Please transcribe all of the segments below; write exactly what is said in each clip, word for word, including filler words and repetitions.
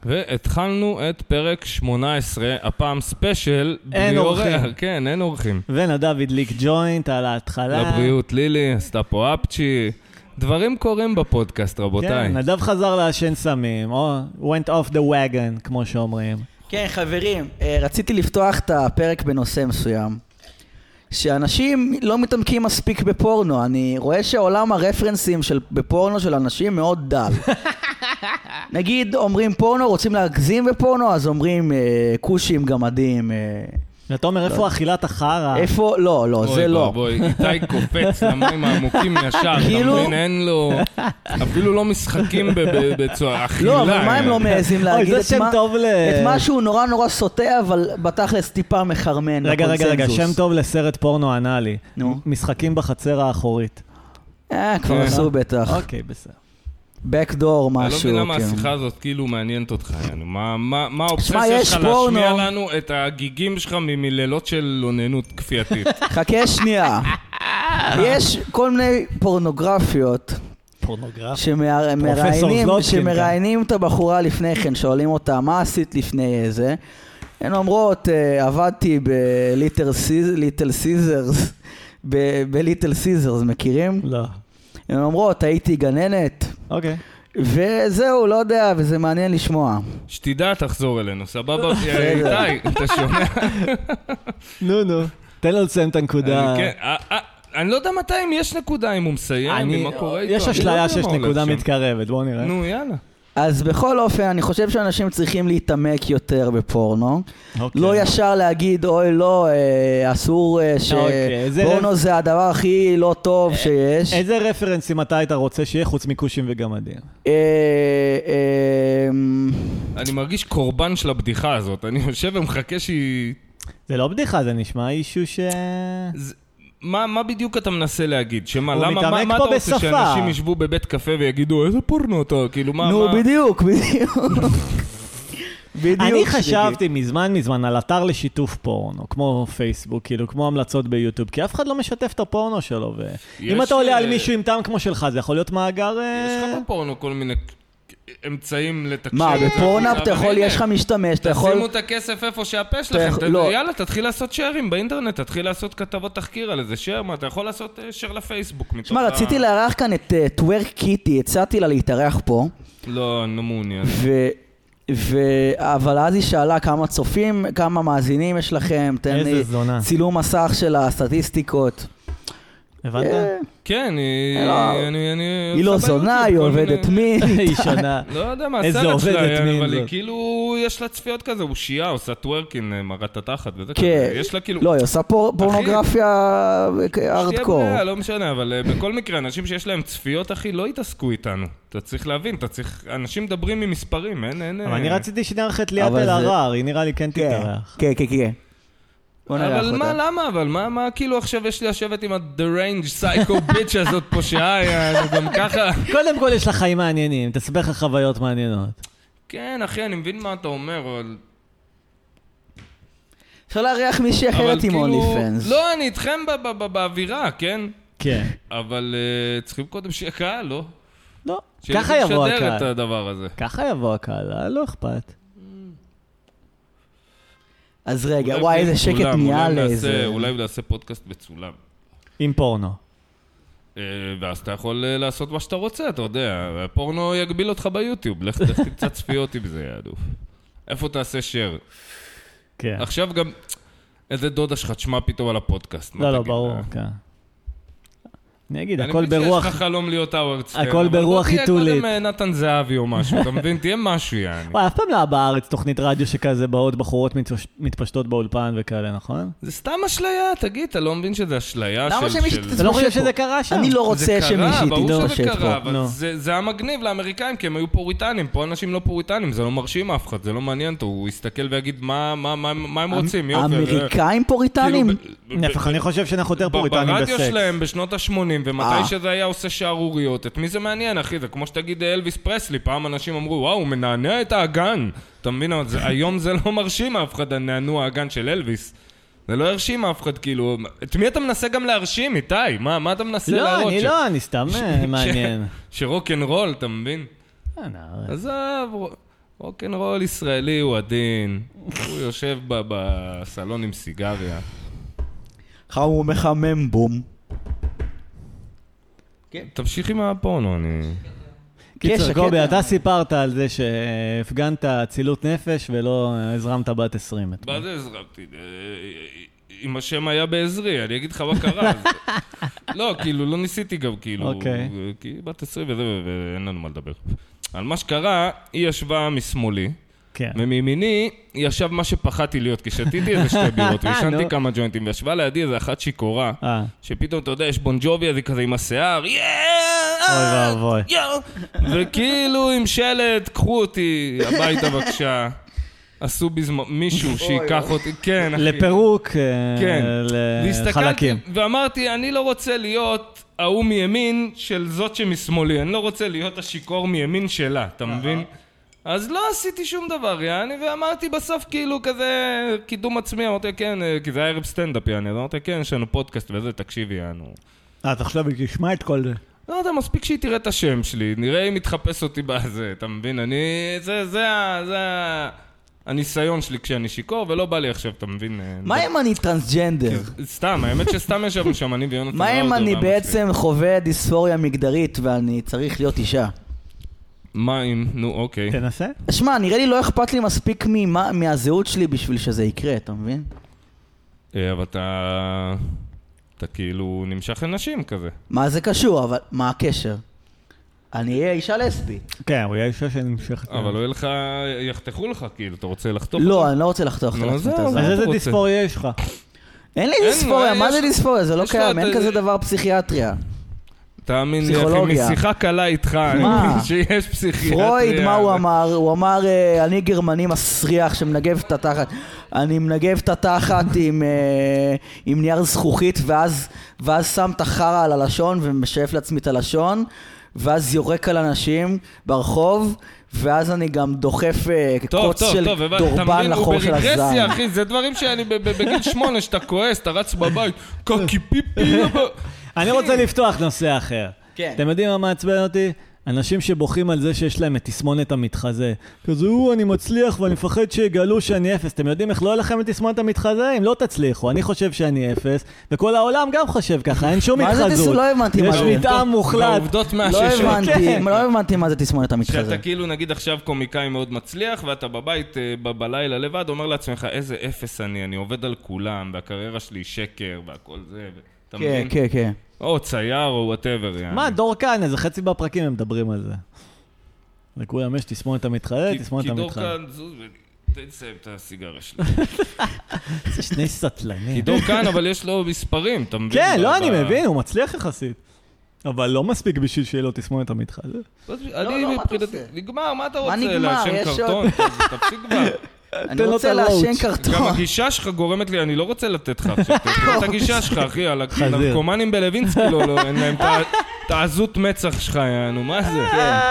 והתחלנו את פרק שמונה עשרה, הפעם ספיישל. אין אורחים. כן, אין אורחים. ונדב הדליק ג'וינט על ההתחלה. לבריאות לילי, עשתה פה אפצ'י. דברים קורים בפודקאסט, רבותיי. כן, נדב חזר לעשן סמים, או went off the wagon, כמו שאומרים. כן, חברים, רציתי לפתוח את הפרק בנושא מסוים. שאנשים לא מתעמקים מספיק בפורנו. אני רואה שעולם הרפרנסים של, בפורנו של אנשים מאוד דל. נגיד, אומרים פורנו, רוצים להגזים בפורנו, אז אומרים אה, קושים, גמדים. אה, אתה אומר, איפה אכילת החרה? איפה? לא, לא, זה לא. בואי, איתי קופץ למים העמוקים ישר, אתה מבין, אין לו, אפילו לא משחקים בצורה, אכילה. לא, אבל מה הם לא מעזים להגיד? את משהו נורא נורא סוטה, אבל בתכלס טיפה מחרמן. רגע, רגע, רגע, שם טוב לסרט פורנו אנאלי. משחקים בחצר האחורית. אה, כבר עשו בטח. אוקיי, בסדר. בקדור, משהו. אני לא מבינה מה השיחה הזאת כאילו מעניינת אותך, מה האובססיה שלך להשמיע לנו את הגיגים שלך מלילות של לוננות כפייתית? חכה שנייה. יש כל מיני פורנוגרפיות שמראיינים את הבחורה לפני כן, שואלים אותה מה עשית לפני איזה. הן אומרות, עבדתי בליטל סיזרס, בליטל סיזרס, מכירים? לא. הן אומרות, הייתי גננת. אוקיי. וזהו, לא יודע, וזה מעניין לשמוע. שתדע, תחזור אלינו, סבבה? איתי, אתה שומע? נו, נו. תן לו לסיים את הנקודה. אני לא יודע מתי אם יש נקודה, אם הוא מסיים, מה קורה איתו. יש אשליה שיש נקודה מתקרבת, בואו נראה. נו, יאללה. אז בכל אופן, אני חושב שאנשים צריכים להתעמק יותר בפורנו. לא ישר להגיד, אוי, לא, אסור שפורנו זה הדבר הכי לא טוב שיש. איזה רפרנסים אתה היית רוצה שיהיה חוץ מקושים וגמדים? אני מרגיש קורבן של הבדיחה הזאת. אני חושב ומחכה שהיא... זה לא בדיחה, זה נשמע אישו ש... מה, מה בדיוק אתה מנסה להגיד? שמה, למה, מה, מה אתה רוצה בשפה. שאנשים ישבו בבית קפה ויגידו, איזה פורנו אתה? כאילו, מה, נו, מה? בדיוק, בדיוק. בדיוק. אני חשבתי מזמן מזמן על אתר לשיתוף פורנו, כמו פייסבוק, כאילו, כמו המלצות ביוטיוב, כי אף אחד לא משתף את הפורנו שלו, ואם אתה עולה על מישהו עם טעם כמו שלך, זה יכול להיות מאגר... יש לך בפורנו כל מיני... אמצעים לתקשר. מה, בפורנאפ אתה יכול, יש לך משתמש, אתה יכול... תשימו את הכסף איפה שהפה שלכם, יאללה, תתחיל לעשות שיירים באינטרנט, תתחיל לעשות כתבות תחקיר על איזה שייר, מה, אתה יכול לעשות שייר לפייסבוק. שמע, רציתי לארח כאן את טוורק קיטי, הצעתי לה להתארח פה. לא, אני לא מעוניין. אבל אז היא שאלה כמה צופים, כמה מאזינים יש לכם, תן לי צילום מסך של הסטטיסטיקות. הבנת? כן, היא לא זונה, היא עובדת מין. היא שונה. לא יודע מה, הסרט שלה, אבל היא כאילו, יש לה צפיות כזה, הוא שיעה, עושה טוורקין, מראת התחת וזה כזה. יש לה כאילו... לא, היא עושה פורנוגרפיה ארדקור. לא משנה, אבל בכל מקרה, אנשים שיש להם צפיות, אחי, לא יתעסקו איתנו. אתה צריך להבין, אתה צריך... אנשים מדברים ממספרים, אין, אין... אבל אני רציתי שנערך את ליאת אלהרר, היא נראה לי כן תתארח. כן, כן, כן. אבל מה, למה? אבל מה, מה, כאילו עכשיו יש לי לשבת עם ה-The Range Psycho Bitch הזאת פה שעה, גם ככה... קודם כל יש לך חיים מעניינים, תספר לך חוויות מעניינות. כן, אחי, אני מבין מה אתה אומר, אבל... אפשר להריח מישהי אחרת עם OnlyFans. לא, אני איתכם באווירה, כן? כן. אבל צריכים קודם שיהיה קהל, לא? לא, ככה יבוא הקהל. שישדר את הדבר הזה. ככה יבוא הקהל, לא אכפת. אז רגע, וואי, איזה שקט נהיה לאיזה... אולי נעשה פודקאסט בצולם. עם פורנו. ואז אתה יכול לעשות מה שאתה רוצה, אתה יודע. הפורנו יגביל אותך ביוטיוב. לך קצת צפיות עם זה, יעדוף. איפה תעשה שייר? כן. עכשיו גם... איזה דודה שלך תשמע פתאום על הפודקאסט. לא, לא, ברור, כן. אני אגיד, הכל ברוח... אני מבין שיש לך חלום להיות האוורדסטר. הכל ברוח חיתולית. תהיה קודם נתן זהבי או משהו, אתה מבין? תהיה משהו, יעני. וואי, אף פעם לא בארץ תוכנית רדיו שכזה באות בחורות מתפשטות באולפן וכאלה, נכון? זה סתם אשליה, תגיד, אתה לא מבין שזה אשליה של... למה שמישהי תתפשט פה? אתה לא חושב שזה קרה שם? אני לא רוצה שמישהי תתפשט פה. ברור שזה קרה, אבל זה היה מגניב לאמריקאים, כי הם היו פוריטנים. פה אנשים לא פוריטנים, זה לא מרשים אף אחד, זה לא מעניין אותו. הוא יסתכל ויגיד מה הם רוצים. האמריקאים פוריטנים? נפח, אני חושב שאנחנו יותר פוריטנים בסקס. ברדיו שלהם בשנות ה-שמונים, ומתי שזה היה עושה שערוריות, את מי זה מעניין, אחי? זה כמו שתגיד אלוויס פרסלי, פעם אנשים אמרו, וואו, הוא מנענע את האגן. אתה מבין? היום זה לא מרשים אף אחד, הנענוע האגן של אלוויס. זה לא הרשים אף אחד, כאילו... את מי אתה מנסה גם להרשים, איתי? מה, מה אתה מנסה להראות? לא, אני לא, אני סתם מעניין. שרוק אנד רול, אתה מבין? עזוב, רוקנרול ישראלי הוא עדין, הוא יושב בסלון עם סיגריה. חמו מחמם בום. תמשיך עם הפורנו, אני... קיצר, קובי, אתה סיפרת על זה שהפגנת צילות נפש ולא הזרמת בת עשרים. מה זה הזרמתי? אם השם היה בעזרי, אני אגיד לך מה קרה. לא, כאילו, לא ניסיתי גם, כאילו, כי בת עשרים וזה, ואין לנו מה לדבר. על מה שקרה, היא ישבה משמאלי, ומימיני ישב מה שפחדתי להיות, כי שתיתי איזה שתי בירות, וישנתי כמה ג'וינטים, וישבה לידי איזה אחת שיקורה, שפתאום, אתה יודע, יש בון ג'ובי, אז היא כזה עם השיער, אוי ואבוי. וכאילו עם שלט, קחו אותי הביתה בבקשה. עשו בזמן, מישהו שיקח אותי, כן, אחי. לפירוק, לחלקים. ואמרתי, אני לא רוצה להיות ההוא מימין של זאת שמשמאלי, אני לא רוצה להיות השיקור מימין שלה, אתה מבין? אז לא עשיתי שום דבר, יעני, ואמרתי בסוף כאילו כזה קידום עצמי, אמרתי כן, כי זה היה ערב סטנדאפ, יעני, אז אמרתי כן, יש לנו פודקאסט וזה, תקשיבי, יענו. אז עכשיו היא תשמע את כל זה. לא יודע, מספיק שהיא תראה את השם שלי, נראה אם מתחפש אותי בזה, אתה מבין? אני, זה, זה, זה, הניסיון שלי כשאני שיקור, ולא בא לי עכשיו, אתה מבין? מה אם אני טרנסג'נדר? סתם, האמת שסתם ישבנו שם, אני ויונתן. מה אם אני בעצם חווה דיספוריה מגדרית ואני צריך להיות אישה? מה אם, נו, אוקיי. תנסה. שמע, נראה לי לא אכפת לי מספיק מהזהות שלי בשביל שזה יקרה, אתה מבין? אבל אתה... אתה כאילו נמשך לנשים כזה. מה זה קשור? אבל מה הקשר? אני אהיה אישה לסבית. כן, הוא יהיה אישה שנמשכת. אבל לא יהיה לך, יחתכו לך כאילו, אתה רוצה לחתוך? לא, אני לא רוצה לחתוך. אז איזה דיספוריה יש לך? אין לי דיספוריה, מה זה דיספוריה? זה לא קיים, אין כזה דבר פסיכיאטריה. תאמין לי, אחי, משיחה קלה איתך, שיש פסיכיאטריה. פרויד, מה הוא אמר? הוא אמר, אני גרמני מסריח שמנגב את התחת. אני מנגב את התחת עם נייר זכוכית, ואז שם את החרה על הלשון ומשאף לעצמי את הלשון, ואז יורק על אנשים ברחוב, ואז אני גם דוחף קוץ של דורבן לחור של הזין. הוא ברגרסיה, אחי, זה דברים שאני בגיל שמונה, שאתה כועס, אתה רץ בבית, קוקי פיפי. אני רוצה לפתוח נושא אחר. כן. אתם יודעים מה מעצבן אותי? אנשים שבוכים על זה שיש להם את תסמונת המתחזה. כזה, הוא, אני מצליח ואני מפחד שיגלו שאני אפס. אתם יודעים איך לא יהיה לכם את תסמונת המתחזה? אם לא תצליחו, אני חושב שאני אפס, וכל העולם גם חושב ככה, אין שום התחזות. מה זה תסמונת? לא הבנתי מה זה. יש מתאם מוחלט. העובדות לא הבנתי, לא הבנתי מה זה תסמונת המתחזה. שאתה כאילו, נגיד עכשיו קומיקאי מאוד מצליח, ואתה בבית, בלילה לבד, אומר לעצמך, איזה אפס אני, אני עובד על כולם, והקריירה שלי שקר, והכל זה, כן, כן, כן. או צייר או whatever, יעני. מה, דור כאן, איזה חצי בפרקים הם מדברים על זה. לכולם יש תסמונת המתחזה, תסמונת המתחזה. כי דור כאן, זוז ותסיים את הסיגריה שלי. זה שני סטלנים. כי דור כאן, אבל יש לו מספרים, אתה מבין? כן, לא, אני מבין, הוא מצליח יחסית. אבל לא מספיק בשביל שיהיה לו תסמונת המתחזה. אני מבחינתי, נגמר, מה אתה רוצה? להשם קרטון, תפסיק כבר. אני רוצה להשן קרטון. גם הגישה שלך גורמת לי, אני לא רוצה לתת לך עכשיו. תראה את הגישה שלך, אחי, על הנרקומנים בלווינסקי, אין להם את העזות מצח שלך, נו, מה זה?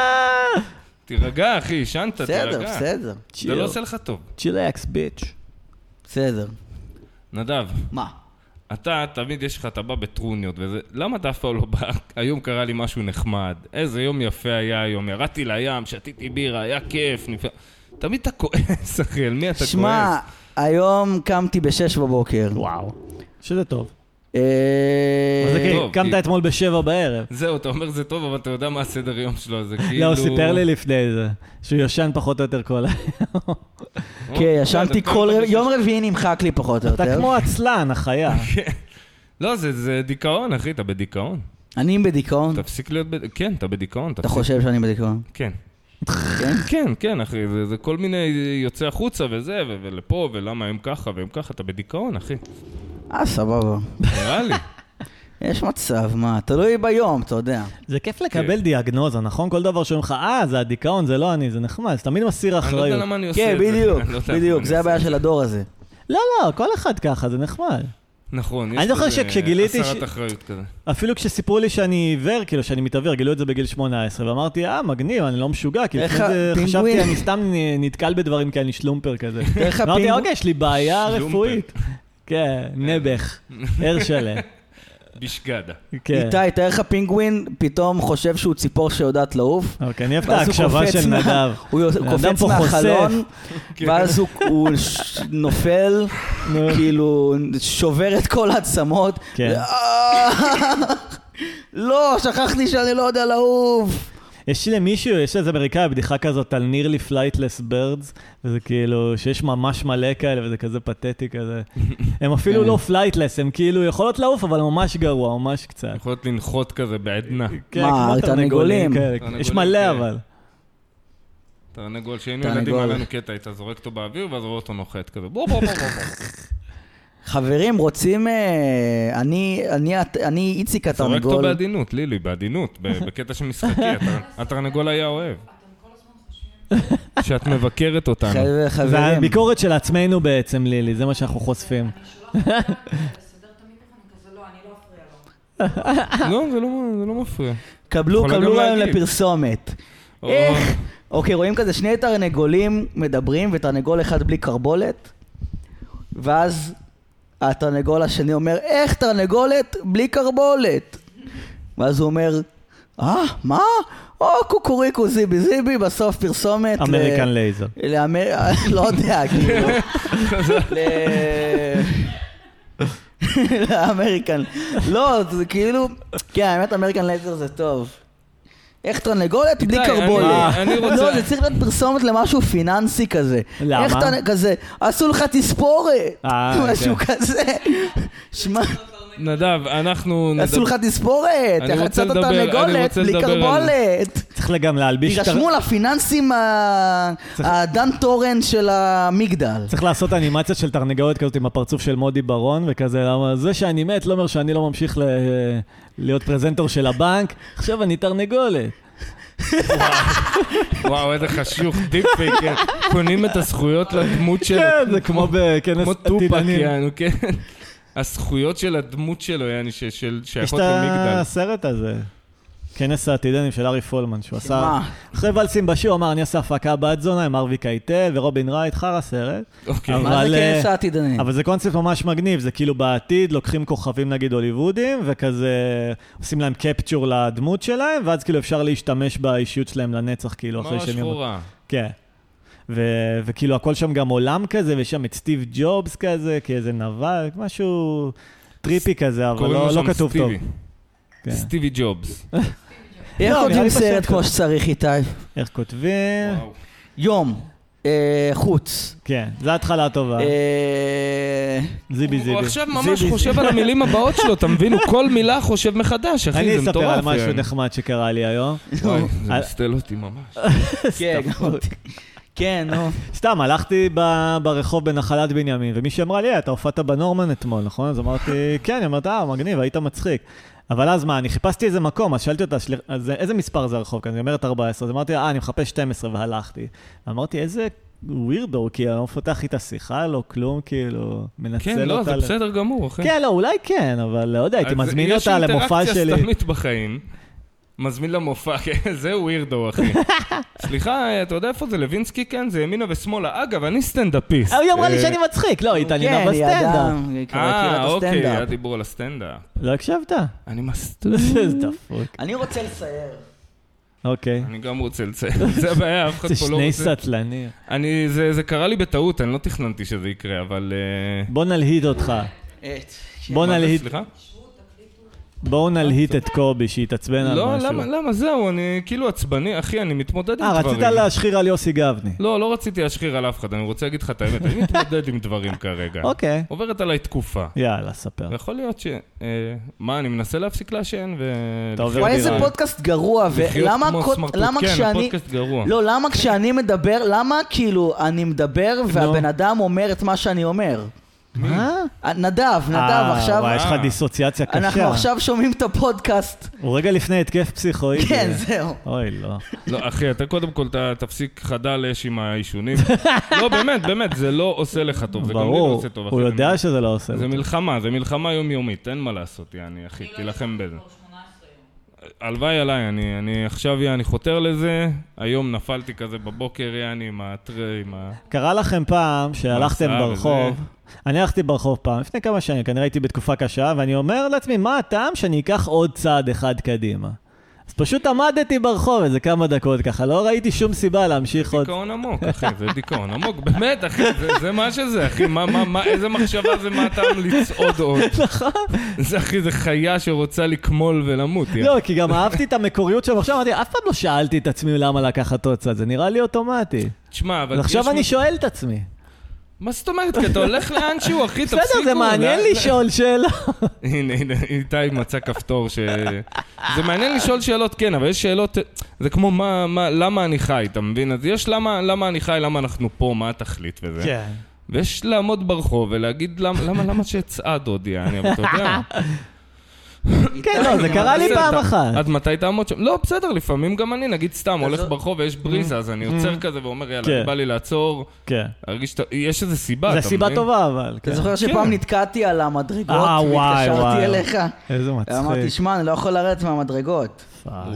תירגע, אחי, שנת, תירגע. בסדר, בסדר. זה לא עושה לך טוב. צ'ילקס, ביץ'. בסדר. נדב. מה? אתה, תמיד יש לך, אתה בא בטרוניות וזה, למה אתה אף פעם לא בא? היום קרה לי משהו נחמד. איזה יום יפה היה היום, ירדתי לים, שתיתי בירה, היה כיף, נפלא. תמיד אתה כועס, אחי, על מי אתה כועס? שמע, היום קמתי בשש בבוקר. וואו, שזה טוב. אז קמת אתמול בשבע בערב. זהו, אתה אומר זה טוב, אבל אתה יודע מה הסדר יום שלו, זה כאילו... לא, הוא סיפר לי לפני זה, שהוא יושן פחות או יותר כל היום. כן, ישנתי כל... יום רביעי נמחק לי פחות או יותר. אתה כמו עצלן, החיה. לא, זה דיכאון, אחי, אתה בדיכאון. אני בדיכאון? תפסיק להיות... כן, אתה בדיכאון. אתה חושב שאני בדיכאון? כן. כן, כן, אחי, זה כל מיני יוצא החוצה וזה, ולפה, ולמה הם ככה, והם ככה, אתה בדיכאון, אחי. אה, סבבה. נראה לי. יש מצב, מה? תלוי ביום, אתה יודע. זה כיף לקבל דיאגנוזה, נכון? כל דבר שאומרים לך, אה, זה הדיכאון, זה לא אני, זה נחמד, זה תמיד מסיר אחריות. אני לא יודע למה אני עושה את זה. כן, בדיוק, בדיוק, זה הבעיה של הדור הזה. לא, לא, כל אחד ככה, זה נחמד. נכון, יש לזה הסרת אחריות כזה. אפילו כשסיפרו לי שאני עיוור, כאילו שאני מתעבר, גילו את זה בגיל שמונה עשרה, ואמרתי, אה, מגניב, אני לא משוגע, כי חשבתי, אני סתם נתקל בדברים, כי אני שלומפר כזה. אמרתי, אוקיי, יש לי בעיה רפואית. כן, נבח, ער שלם. בשגדה. איתי, תאר לך פינגווין, פתאום חושב שהוא ציפור שיודעת לעוף. אוקיי, אני אוהב את ההקשבה של נדב. הוא קופץ מהחלון, ואז הוא נופל, כאילו שובר את כל העצמות. לא, שכחתי שאני לא יודע לעוף. יש למישהו, יש איזה אמריקאי, בדיחה כזאת על nearly flightless birds, וזה כאילו, שיש ממש מלא כאלה, וזה כזה פתטי כזה. הם אפילו לא flightless, הם כאילו יכולות לעוף, אבל ממש גרוע, ממש קצת. יכולות לנחות כזה בעדנה. מה, תרנגולים? יש מלא אבל. תרנגול, שהיינו ילדים עלינו קטע, היית זורק אותו באוויר, ואז רואה אותו נוחת כזה. בוא בוא בוא בוא. חברים, רוצים... אני, אני, אני איציק התרנגול. זורק אותו בעדינות, לילי, בעדינות, בקטע של משחקי. התרנגול היה אוהב. שאת מבקרת אותנו. חברים. זה הביקורת של עצמנו בעצם, לילי, זה מה שאנחנו חושפים. לא, זה לא מפריע. קבלו, קבלו להם לפרסומת. איך? אוקיי, רואים כזה שני תרנגולים מדברים, ותרנגול אחד בלי קרבולת, ואז... התרנגול השני אומר, איך תרנגולת בלי קרבולת? ואז הוא אומר, אה, מה? או, קוקוריקו זיבי זיבי, בסוף פרסומת. אמריקן לייזר. לא יודע, כאילו. לאמריקן. לא, זה כאילו, כן, האמת אמריקן לייזר זה טוב. איך תרנגולת בלי קרבולת. לא, זה צריך להיות פרסומת למשהו פיננסי כזה. למה? איך כזה, עשו לך תספורת. משהו כזה. שמע. נדב, אנחנו... עשו לך תספורת. איך יצאת תרנגולת בלי קרבולת. צריך גם להלביש... ירשמו לפיננסים הדן טורן של המגדל. צריך לעשות אנימציה של תרנגולת כזאת עם הפרצוף של מודי ברון, וכזה, זה שאני מת לא אומר שאני לא ממשיך להיות פרזנטור של הבנק, עכשיו אני תרנגולת. וואו, איזה חשוך, דיפייק, קונים את הזכויות לדמות שלו. כן, זה כמו בכנס עתידנים. כמו טופק, יענו, כן. הזכויות של הדמות שלו, יעני, שייכות למגדל. יש את הסרט הזה. כנס העתידנים של ארי פולמן, שהוא עשה... אחרי ולסים בשיר, הוא אמר, אני עושה הפקה בת זונה עם ארווי קייטל ורובין רייט, חר הסרט. מה זה כנס העתידנים? אבל זה קונספט ממש מגניב, זה כאילו בעתיד, לוקחים כוכבים נגיד הוליוודים, וכזה עושים להם קפצ'ור לדמות שלהם, ואז כאילו אפשר להשתמש באישיות שלהם לנצח, כאילו אחרי שהם... ממש חורה. כן. וכאילו הכל שם גם עולם כזה, ויש שם את סטיב ג'ובס כזה, כאיזה נבל, משהו טריפי כזה, אבל לא כתוב טוב. סטיבי ג'ובס. איך כותבים סרט כמו שצריך, איתי? איך כותבים? יום, חוץ. כן, זה התחלה טובה. זיבי זיבי. הוא עכשיו ממש חושב על המילים הבאות שלו, אתה מבין? הוא כל מילה חושב מחדש, אחי, זה מטורף. אני אספר על משהו נחמד שקרה לי היום. אוי, זה מסתל אותי ממש. כן, כן, נו. סתם, הלכתי ברחוב בנחלת בנימין, ומי שאמרה לי, אתה הופעת בנורמן אתמול, נכון? אז אמרתי, כן, אני אמרתי, אה, מגניב, היית מצחיק. אבל אז מה, אני חיפשתי איזה מקום, אז שאלתי אותה, אז איזה מספר זה הרחוב כאן? אני אומרת ארבע עשרה, אז אמרתי, אה, אני מחפש שתים עשרה, והלכתי. אמרתי, איזה ווירדו, כי אני לא מפתח איתה שיחה, לא כלום, כאילו, מנצל אותה. כן, לא, זה בסדר גמור, אחי. כן, לא, אולי כן, אבל לא יודע, הייתי מזמין אותה למופע שלי. יש אינטראקציה סתמית בחיים, מזמין למופע, זה ווירדו, אחי. סליחה, אתה יודע איפה זה? לוינסקי, כן? זה ימינה ושמאלה. אגב, אני סטנדאפיסט. היא אמרה לי שאני מצחיק. לא, היא התעניינה בסטנדאפ. אה, אוקיי, היה דיבור על הסטנדאפ. לא הקשבת? אני מסטור. זה דפוק. אני רוצה לצייר. אוקיי. אני גם רוצה לצייר. זה הבעיה, אף אחד פה לא רוצה. זה שני סטלנים. זה קרה לי בטעות, אני לא תכננתי שזה יקרה, אבל... בוא נלהיט אותך. בוא נלהיט. סליחה? בואו נלהיט את קובי, שיתעצבן על משהו. לא, למה, למה, זהו, אני כאילו עצבני, אחי, אני מתמודד עם דברים. אה, רצית להשחיר על יוסי גבני. לא, לא רציתי להשחיר על אף אחד, אני רוצה להגיד לך את האמת, אני מתמודד עם דברים כרגע. אוקיי. עוברת עליי תקופה. יאללה, ספר. יכול להיות ש... מה, אני מנסה להפסיק לעשן ו... וואי, איזה פודקאסט גרוע, ולמה כשאני... לא, למה כשאני מדבר, למה כאילו אני מדבר והבן אדם אומר את מה שאני אומר? מה? נדב, נדב, עכשיו... וואי, יש לך דיסוציאציה קשה. אנחנו עכשיו שומעים את הפודקאסט. הוא רגע לפני התקף פסיכואידי. כן, זהו. אוי, לא. לא, אחי, אתה קודם כל תפסיק חדל אש עם האישונים. לא, באמת, באמת, זה לא עושה לך טוב. זה גם לי לא עושה טוב. הוא יודע שזה לא עושה. זה מלחמה, זה מלחמה יומיומית, אין מה לעשות, יעני, אחי, תילחם בזה. הלוואי עליי, אני, אני עכשיו, אני חותר לזה, היום נפלתי כזה בבוקר, אני עם הטרי, עם ה... קרה לכם פעם שהלכתם ברחוב, וזה... אני הלכתי ברחוב פעם, לפני כמה שנים, כנראה הייתי בתקופה קשה, ואני אומר לעצמי, מה הטעם שאני אקח עוד צעד אחד קדימה? אז פשוט עמדתי ברחוב איזה כמה דקות ככה, לא ראיתי שום סיבה להמשיך עוד... זה דיכאון עמוק, אחי, זה דיכאון עמוק, באמת, אחי, זה, זה מה שזה, אחי, מה, מה, מה, איזה מחשבה זה מה טעם לצעוד עוד. נכון. זה, אחי, זה חיה שרוצה לקמול ולמות. לא, כי גם אהבתי את המקוריות שם, עכשיו אמרתי, אף פעם לא שאלתי את עצמי למה לקחת עוד צעד, זה נראה לי אוטומטי. תשמע, אבל... עכשיו אני שואל את עצמי. מה זאת אומרת? כי אתה הולך לאנשהו, אחי, תפסיקו. בסדר, זה מעניין לשאול שאלה. הנה, הנה, איתי מצא כפתור ש... זה מעניין לשאול שאלות, כן, אבל יש שאלות... זה כמו מה, מה, למה אני חי, אתה מבין? אז יש למה, למה אני חי, למה אנחנו פה, מה התכלית וזה. כן. ויש לעמוד ברחוב ולהגיד למה, למה, למה שצעד עוד יעני, אבל אתה יודע... כן, לא, זה קרה לי פעם אחת. עד מתי תעמוד שם? לא, בסדר, לפעמים גם אני, נגיד סתם, הולך ברחוב ויש בריזה, אז אני עוצר כזה ואומר, יאללה, בא לי לעצור, הרגיש, יש איזה סיבה, אתה מבין? זה סיבה טובה, אבל. אתה זוכר שפעם נתקעתי על המדרגות, והתקשרתי אליך. איזה מצחיק. אמרתי, שמע, אני לא יכול לרדת מהמדרגות. וואי,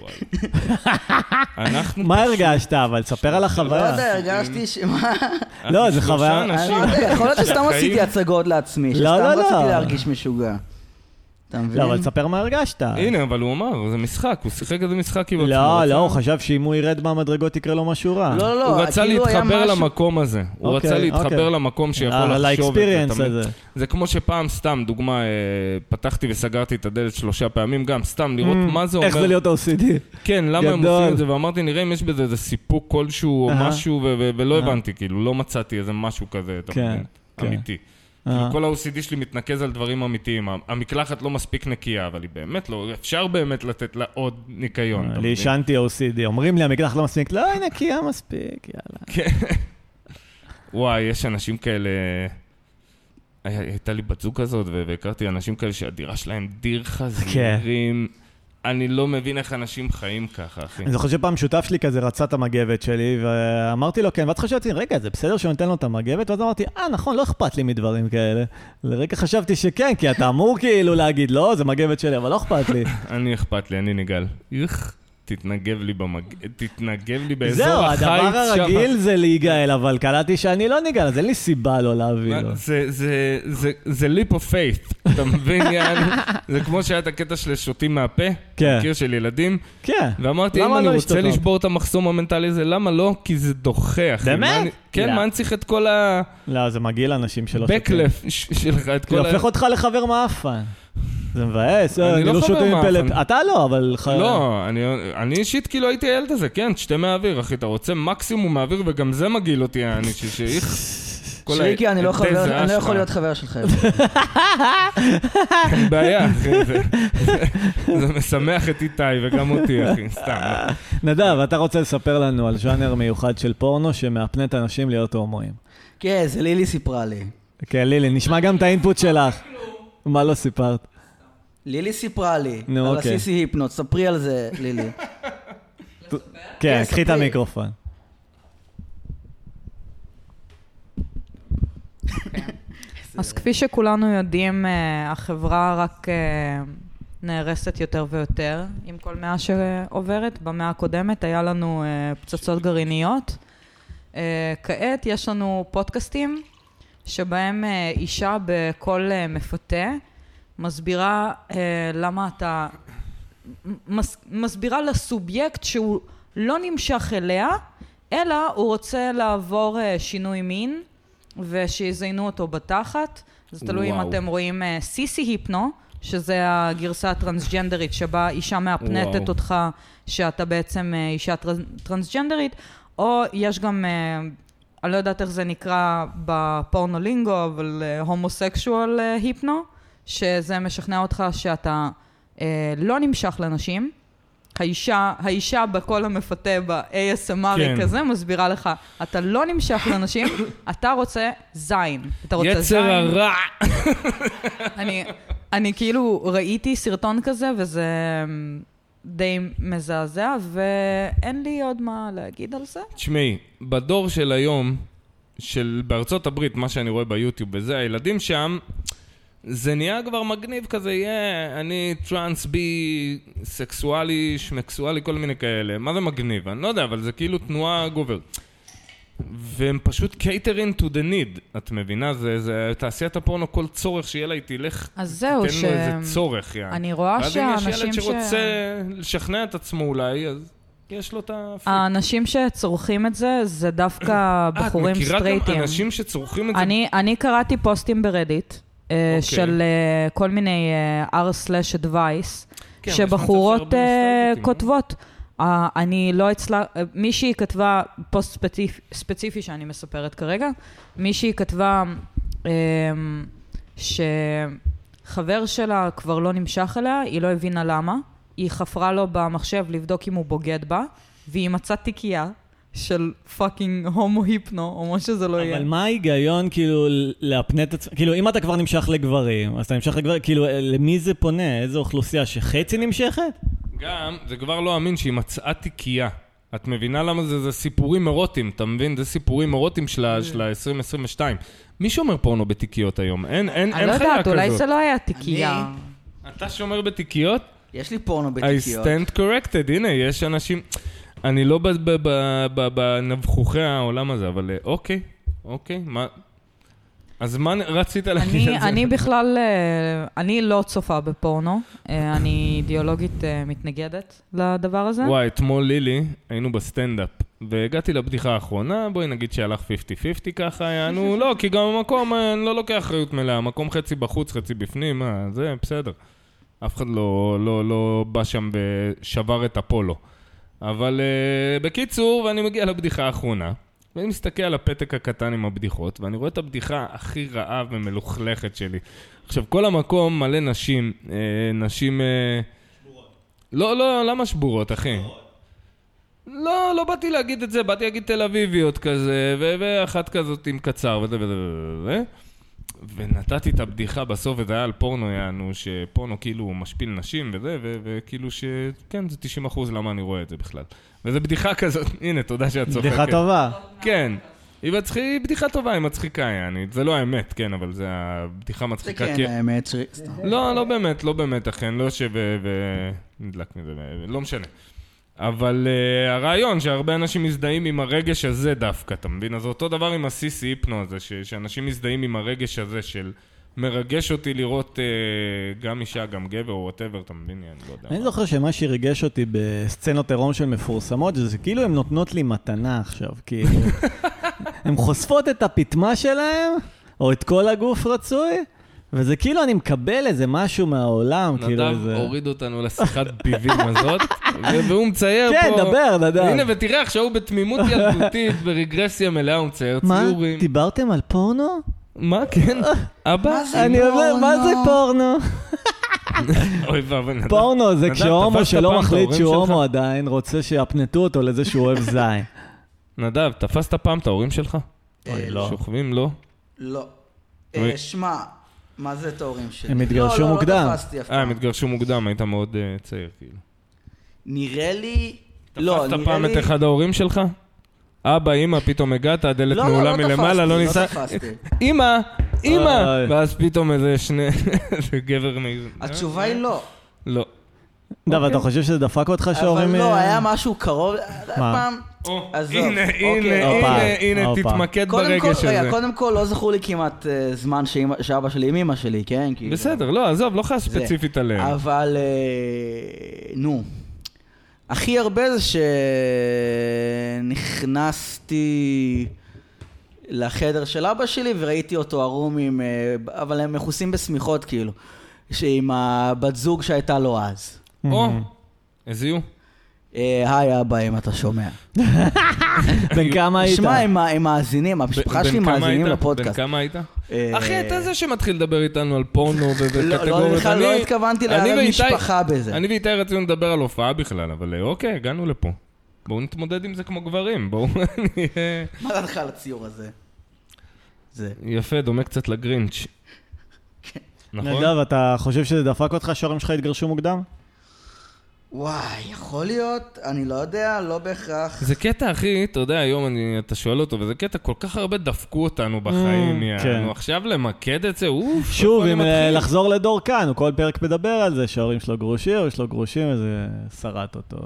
וואי. מה הרגשת, אבל? ספר על החוויה. לא יודע, הרגשתי ש... לא, זה חוויה... אני לא יודע, יכול להיות שסתם עשיתי הצגות לעצמי, שסתם רציתי להרגיש משוגע. לא, אבל תספר מה הרגשת. הנה, אבל הוא אמר, זה משחק, הוא שיחק איזה משחק עם עצמו. לא, לא, הוא חשב שאם הוא ירד מהמדרגות יקרה לו משהו רע. לא, לא, הוא רצה להתחבר למקום הזה. הוא רצה להתחבר למקום שיכול לחשוב את זה. לאקספיריאנס הזה. זה כמו שפעם סתם, דוגמה, פתחתי וסגרתי את הדלת שלושה פעמים, גם סתם לראות מה זה אומר. איך זה להיות או סי די. כן, למה הם עושים את זה, ואמרתי, נראה אם יש בזה איזה סיפוק כלשהו או משהו, ולא הבנתי, כאילו, לא מצאתי איזה משהו כזה, אמיתי. כל ה-או סי די שלי מתנקז על דברים אמיתיים. המקלחת לא מספיק נקייה, אבל היא באמת לא, אפשר באמת לתת לה עוד ניקיון. לי ישנתי או סי די, אומרים לי המקלחת לא מספיק, לא, היא נקייה מספיק, יאללה. וואי, יש אנשים כאלה, הייתה לי בת זוג כזאת, והכרתי אנשים כאלה שהדירה שלהם דיר חזירים. אני לא מבין איך אנשים חיים ככה, אחי. אני זוכר שפעם שותף שלי כזה רצה את המגבת שלי, ואמרתי לו, כן, ואת חשבתי, רגע, זה בסדר שהוא נותן לו את המגבת? ואז אמרתי, אה, נכון, לא אכפת לי מדברים כאלה. לרגע חשבתי שכן, כי אתה אמור כאילו להגיד, לא, זה מגבת שלי, אבל לא אכפת לי. אני אכפת לי, אני ניגל. איך? תתנגב לי במג... תתנגב לי באזור זהו, החיץ שם. הדבר הרגיל זה להיגאל, אבל קלטתי שאני לא ניגאל, אז אין לי סיבה לא להביא לו. זה, זה, זה, זה leap of faith, אתה מבין, יעני? זה כמו שהיה את הקטע של שותים מהפה, מכיר של ילדים. כן. ואמרתי, אם אני רוצה לשבור את המחסום המנטלי הזה, למה לא? כי זה דוחה, אחי. באמת? כן, מה אני צריך את כל ה... לא, זה מגיע לאנשים שלא שותים. בקלף שלך, את כל ה... זה הופך אותך לחבר מאפן. זה מבאס, אני לא חבר מאפן. אתה לא, אבל... לא, אני אישית כאילו הייתי הילד הזה, כן, תשתה מהאוויר, אחי, אתה רוצה מקסימום מהאוויר, וגם זה מגיל אותי, אני שאיך... שריקי, אני לא יכול להיות חבר שלך. אין בעיה, אחי, זה משמח את איתי וגם אותי, אחי, סתם. נדב, אתה רוצה לספר לנו על ז'אנר מיוחד של פורנו שמאפנה את האנשים להיות הומואים. כן, זה לילי סיפרה לי. כן, לילי, נשמע גם את האינפוט שלך. מה לא סיפרת? לילי סיפרה לי, על הסיסי היפנוט, ספרי על זה, לילי. כן, קחי את המיקרופון. אז כפי שכולנו יודעים, החברה רק נהרסת יותר ויותר עם כל מאה שעוברת. במאה הקודמת היה לנו פצצות גרעיניות. כעת יש לנו פודקאסטים שבהם אישה בכל מפתה מסבירה למה אתה... מסבירה לסובייקט שהוא לא נמשך אליה, אלא הוא רוצה לעבור שינוי מין, ושיזיינו אותו בתחת. זה תלוי אם אתם רואים סיסי היפנו, שזה הגרסה הטרנסג'נדרית, שבה אישה מאפנטת אותך שאתה בעצם אישה טרנסג'נדרית, או יש גם, אני לא יודעת איך זה נקרא בפורנולינגו, אבל הומוסקשואל היפנו, שזה משכנע אותך שאתה לא נמשך לנשים. האישה, האישה בכל המפתה ב-איי אס אם אר כן. כזה מסבירה לך, אתה לא נמשך לאנשים, אתה רוצה זין. אתה רוצה יצר זין. הרע. אני, אני כאילו ראיתי סרטון כזה, וזה די מזעזע, ואין לי עוד מה להגיד על זה. תשמעי, בדור של היום, של בארצות הברית, מה שאני רואה ביוטיוב וזה, הילדים שם, זה נהיה כבר מגניב כזה, יהיה, אני טרנס בי, סקסואלי, שמקסואלי, כל מיני כאלה. מה זה מגניב? אני לא יודע, אבל זה כאילו תנועה גובר. והם פשוט catering to the need, את מבינה? זה, זה תעשיית הפורנו, כל צורך שיהיה לה, היא תלך, אז זהו, תתן לו איזה צורך, יעני. אני רואה שהאנשים ש... אז אם יש ילד שרוצה לשכנע את עצמו אולי, אז יש לו את ה... האנשים שצורכים את זה, זה דווקא בחורים סטרייטים. את מכירה גם אנשים שצורכים את זה? אני, אני קראתי פוסטים ברדיט, okay. של uh, כל מיני uh, r/advice, כן, שבחורות uh, כותבות. Uh, אני לא אצלה, uh, מישהי כתבה פוסט ספציפ, ספציפי שאני מספרת כרגע, מישהי כתבה uh, שחבר שלה כבר לא נמשך אליה, היא לא הבינה למה, היא חפרה לו במחשב לבדוק אם הוא בוגד בה, והיא מצאה תיקייה של פאקינג הומו היפנו, או מה שזה לא יהיה. אבל מה ההיגיון כאילו להפנית את... כאילו אם אתה כבר נמשך לגברים, אז אתה נמשך לגברים, כאילו למי זה פונה? איזו אוכלוסייה שחצי נמשכת? גם, זה כבר לא אמין שהיא מצאה תיקייה. את מבינה למה זה? זה סיפורים אירוטיים, אתה מבין? זה סיפורים אירוטיים של ה-עשרים עשרים ושתיים. מי שומר פורנו בתיקיות היום? אין חיה כזאת. אני לא יודעת, אולי זה לא היה תיקייה. אתה שומר בתיקיות? יש לי פורנו בתיקיות. I stand corrected, הנה, יש אנשים... אני לא בנבחוכי העולם הזה, אבל אוקיי, אוקיי, מה... אז מה רצית להגיד על זה? אני בכלל, אני לא צופה בפורנו, אני אידיאולוגית מתנגדת לדבר הזה. וואי, אתמול לילי, היינו בסטנדאפ, והגעתי לבדיחה האחרונה, בואי נגיד שהלך חמישים חמישים ככה, יענו, לא, כי גם המקום, אני לא לוקח אחריות מלאה, המקום חצי בחוץ, חצי בפנים, מה, זה בסדר. אף אחד לא, לא, לא בא שם ושבר את הפולו. אבל uh, בקיצור, ואני מגיע לבדיחה האחרונה, ואני מסתכל על הפתק הקטן עם הבדיחות, ואני רואה את הבדיחה הכי רעה ומלוכלכת שלי. עכשיו, כל המקום מלא נשים, uh, נשים... Uh... שבורות. לא, לא, למה שבורות, אחי? שבורות. לא, לא באתי להגיד את זה, באתי להגיד תל אביביות כזה, ו- ואחת כזאת עם קצר, וזה וזה וזה. ונתתי את הבדיחה בסוף, וזה היה על פורנו, יענו, שפורנו כאילו משפיל נשים וזה, ו- וכאילו שכן, זה תשעים אחוז למה אני רואה את זה בכלל. וזה בדיחה כזאת, הנה, תודה שאת צוחקת. בדיחה טובה. כן. היא מצחיק, היא בדיחה טובה, היא מצחיקה, יעני. זה לא האמת, כן, אבל זה הבדיחה מצחיקה. זה כן, האמת. לא, לא באמת, לא באמת, אכן, לא ש... נדלק מזה, לא משנה. אבל uh, הרעיון שהרבה אנשים מזדהים עם הרגש הזה דווקא, אתה מבין? אז אותו דבר עם הסיסי היפנו הזה, ש- שאנשים מזדהים עם הרגש הזה של מרגש אותי לראות uh, גם אישה, גם גבר או whatever, אתה מבין? אני לא יודע. אני זוכר שמה שריגש אותי בסצנות עירום של מפורסמות, זה כאילו הן נותנות לי מתנה עכשיו, כאילו. הן חושפות את הפתמה שלהן, או את כל הגוף רצוי, וזה כאילו אני מקבל איזה משהו מהעולם, כאילו איזה... נדב הוריד אותנו לשיחת ביבים הזאת, והוא מצייר פה... כן, דבר, נדב. הנה, ותראה איך שהוא בתמימות ילדותית, ברגרסיה מלאה, הוא מצייר ציורים. מה? דיברתם על פורנו? מה? כן. אבא? אני אומר, מה זה פורנו? אוי ואבא, נדב. פורנו זה כשהומו שלא מחליט שהוא הומו עדיין, רוצה שיפנטו אותו לזה שהוא אוהב זין. נדב, תפסת פעם את ההורים שלך? אוי, לא. שוכבים, לא? לא. שמע... מה זה את ההורים שלי? הם התגרשו מוקדם. לא, לא תפסתי אף פעם. אה, הם התגרשו מוקדם, היית מאוד צעיר, כאילו. נראה לי... לא, תפסת פעם את אחד ההורים שלך? אבא, אמא, פתאום הגעת, הדלת נעולה מלמעלה, לא ניסה... לא תפסתי. אמא, אמא! ואז פתאום איזה שני... איזה גבר נגז... התשובה היא לא. לא. דב, אתה חושב שזה דפק אותך שההורים... אבל לא, היה משהו קרוב... מה? הנה, הנה, הנה, הנה, תתמקד ברגש הזה. קודם כל, לא זכור לי כמעט זמן שאבא שלי עם אמא שלי, כן? בסדר, לא, עזוב, לא חייב ספציפית עליהם. אבל, נו, הכי הרבה זה שנכנסתי לחדר של אבא שלי וראיתי אותו ערום עם... אבל הם מכוסים בסמיכות, כאילו, עם הבת זוג שהייתה לו אז. או, הזיעו. היי אבא, אם אתה שומע. בן כמה היית? שמע, הם מאזינים, המשפחה שלי מאזינים לפודקאסט. בן כמה היית? אחי, אתה זה שמתחיל לדבר איתנו על פורנו ובקטגוריות. לא התכוונתי לערב משפחה בזה. אני ואיתי רצינו לדבר על הופעה בכלל, אבל אוקיי, הגענו לפה. בואו נתמודד עם זה כמו גברים, בואו נהיה... מה דעתך על הציור הזה? זה. יפה, דומה קצת לגרינץ'. נכון? נדב, אתה חושב שזה דפק אותך שההורים שלך התגרשו מוקדם? וואי, יכול להיות, אני לא יודע, לא בהכרח. זה קטע, אחי, אתה יודע, היום אני, אתה שואל אותו, וזה קטע, כל כך הרבה דפקו אותנו בחיים, יענו, עכשיו למקד את זה, אוף. שוב, אם לחזור לדור כאן, הוא כל פרק מדבר על זה, שההורים שלו גרושים, או יש לו גרושים, וזה שרט אותו.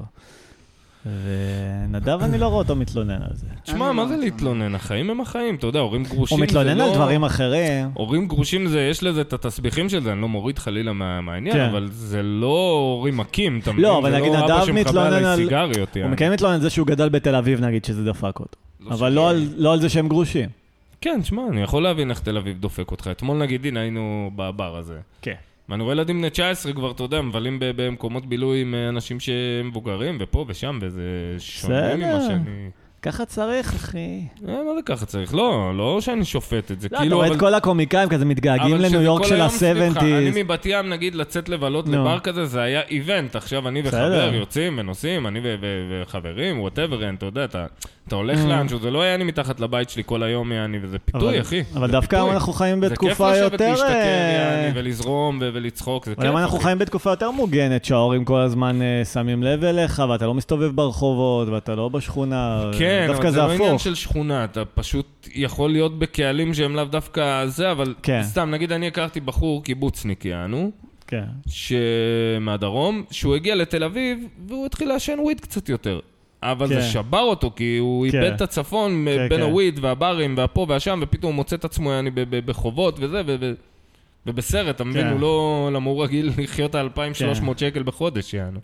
ונדב אני לא רואה אותו מתלונן על זה. תשמע, מה זה להתלונן? החיים הם החיים, אתה יודע, הורים גרושים הוא מתלונן על דברים אחרים. הורים גרושים זה, יש לזה את התסביכים של זה, אני לא מוריד חלילה מהעניין, אבל זה לא הורים מכים, אתה מבין? לא, אבל נגיד נדב מתלונן על... הוא מקיים מתלונן על זה שהוא גדל בתל אביב, נגיד, שזה דפק אותו. אבל לא על זה שהם גרושים. כן, תשמע, אני יכול להבין איך תל אביב דופק אותך. אתמול נגיד, הנה, היינו בבר הזה. כן. ואני רואה ילדים בני תשע עשרה כבר, אתה יודע, מבלים במקומות בילוי עם אנשים שהם מבוגרים, ופה ושם, וזה שונה ממה שאני... ככה צריך, אחי. מה זה ככה צריך? לא, לא שאני שופט את זה. לא, אתה רואה את כל הקומיקאים כזה מתגעגעים לניו יורק של ה-שבעים. אני מבת ים, נגיד, לצאת לבלות לבר כזה, זה היה איבנט. עכשיו אני וחבר יוצאים ונוסעים, אני וחברים, whatever, אתה יודע, אתה הולך לאנשהו, זה לא היה אני מתחת לבית שלי כל היום, וזה פיתוי, אחי. אבל דווקא אנחנו חיים בתקופה יותר... זה כיף לשבת להשתכר, ולזרום ולצחוק, זה כיף. אבל אנחנו חיים בתקופה יותר מוגנת, שההורים כל הזמן שמים לב אליך, ואתה לא מסתובב ברחובות, ואתה לא בשכונה. כן, אבל זה לא עניין של שכונה, אתה פשוט יכול להיות בקהלים שהם לאו דווקא זה, אבל סתם, נגיד אני הכרתי בחור קיבוצניק, יענו, מהדרום, שהוא הגיע לתל אביב, והוא התחיל לעשן וויד קצת יותר. אבל זה שבר אותו, כי הוא איבד את הצפון בין הוויד והברים והפה והשם, ופתאום הוא מוצא את עצמו בחובות וזה, ובסרט, אתה מבין, הוא לא, למה הוא רגיל לחיות על אלפיים ושלוש מאות שקל בחודש, יענו.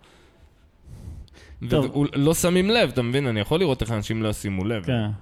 לא שמים לב, אתה מבין? אני יכול לראות איך אנשים לא שימו לב.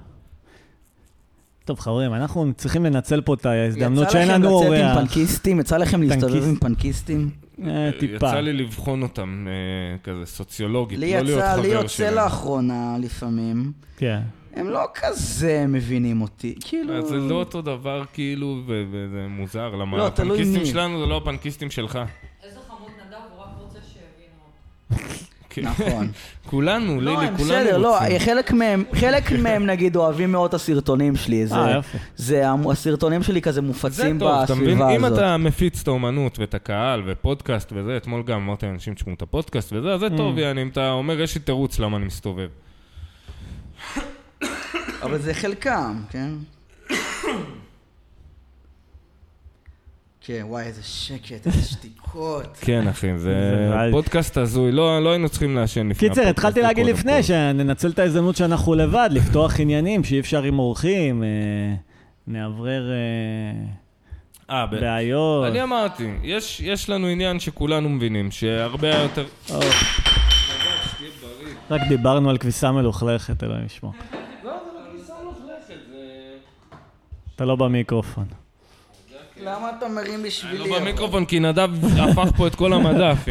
טוב, חברים, אנחנו צריכים לנצל פה את ההזדמנות שאין לנו אורח. יצא לכם לצאת עם פנקיסטים? יצא לכם להסתובב עם פנקיסטים? טיפה. יצא לי לבחון אותם כזה סוציולוגית, לא להיות חבר שלהם. לי יוצא לאחרונה לפעמים. כן. הם לא כזה מבינים אותי, כאילו... זה לא אותו דבר, כאילו, וזה מוזר. למה הפנקיסטים שלנו זה לא הפנקיסטים שלך. איזה חמוד נדב, הוא רק רוצה שיבינו. נכון. כולנו, לילי, כולנו רוצים. בסדר, לא, חלק מהם, חלק מהם נגיד אוהבים מאוד את הסרטונים שלי. זה, הסרטונים שלי כזה מופצים בסביבה הזאת. אם אתה מפיץ את האומנות ואת הקהל ופודקאסט וזה, אתמול גם אמרתי לאנשים תשמעו את הפודקאסט וזה, אז זה טוב, יעני, אם אתה אומר, יש לי תירוץ למה אני מסתובב. אבל זה חלקם, כן? כן, וואי, איזה שקט, איזה שתיקות. כן, אחי, זה פודקאסט הזוי, לא היינו צריכים לעשן לפני. קיצר, התחלתי להגיד לפני, שננצל את ההזדמנות שאנחנו לבד, לפתוח עניינים שאי אפשר עם אורחים, נעברר בעיות. אני אמרתי, יש לנו עניין שכולנו מבינים, שהרבה יותר... רק דיברנו על כביסה מלוכלכת, אלוהים ישמור. לא, זה לא כביסה מלוכלכת, זה... אתה לא במיקרופון. למה אתה מרים בשבילי? אני לא במיקרופון, כי נדב הפך פה את כל המדף.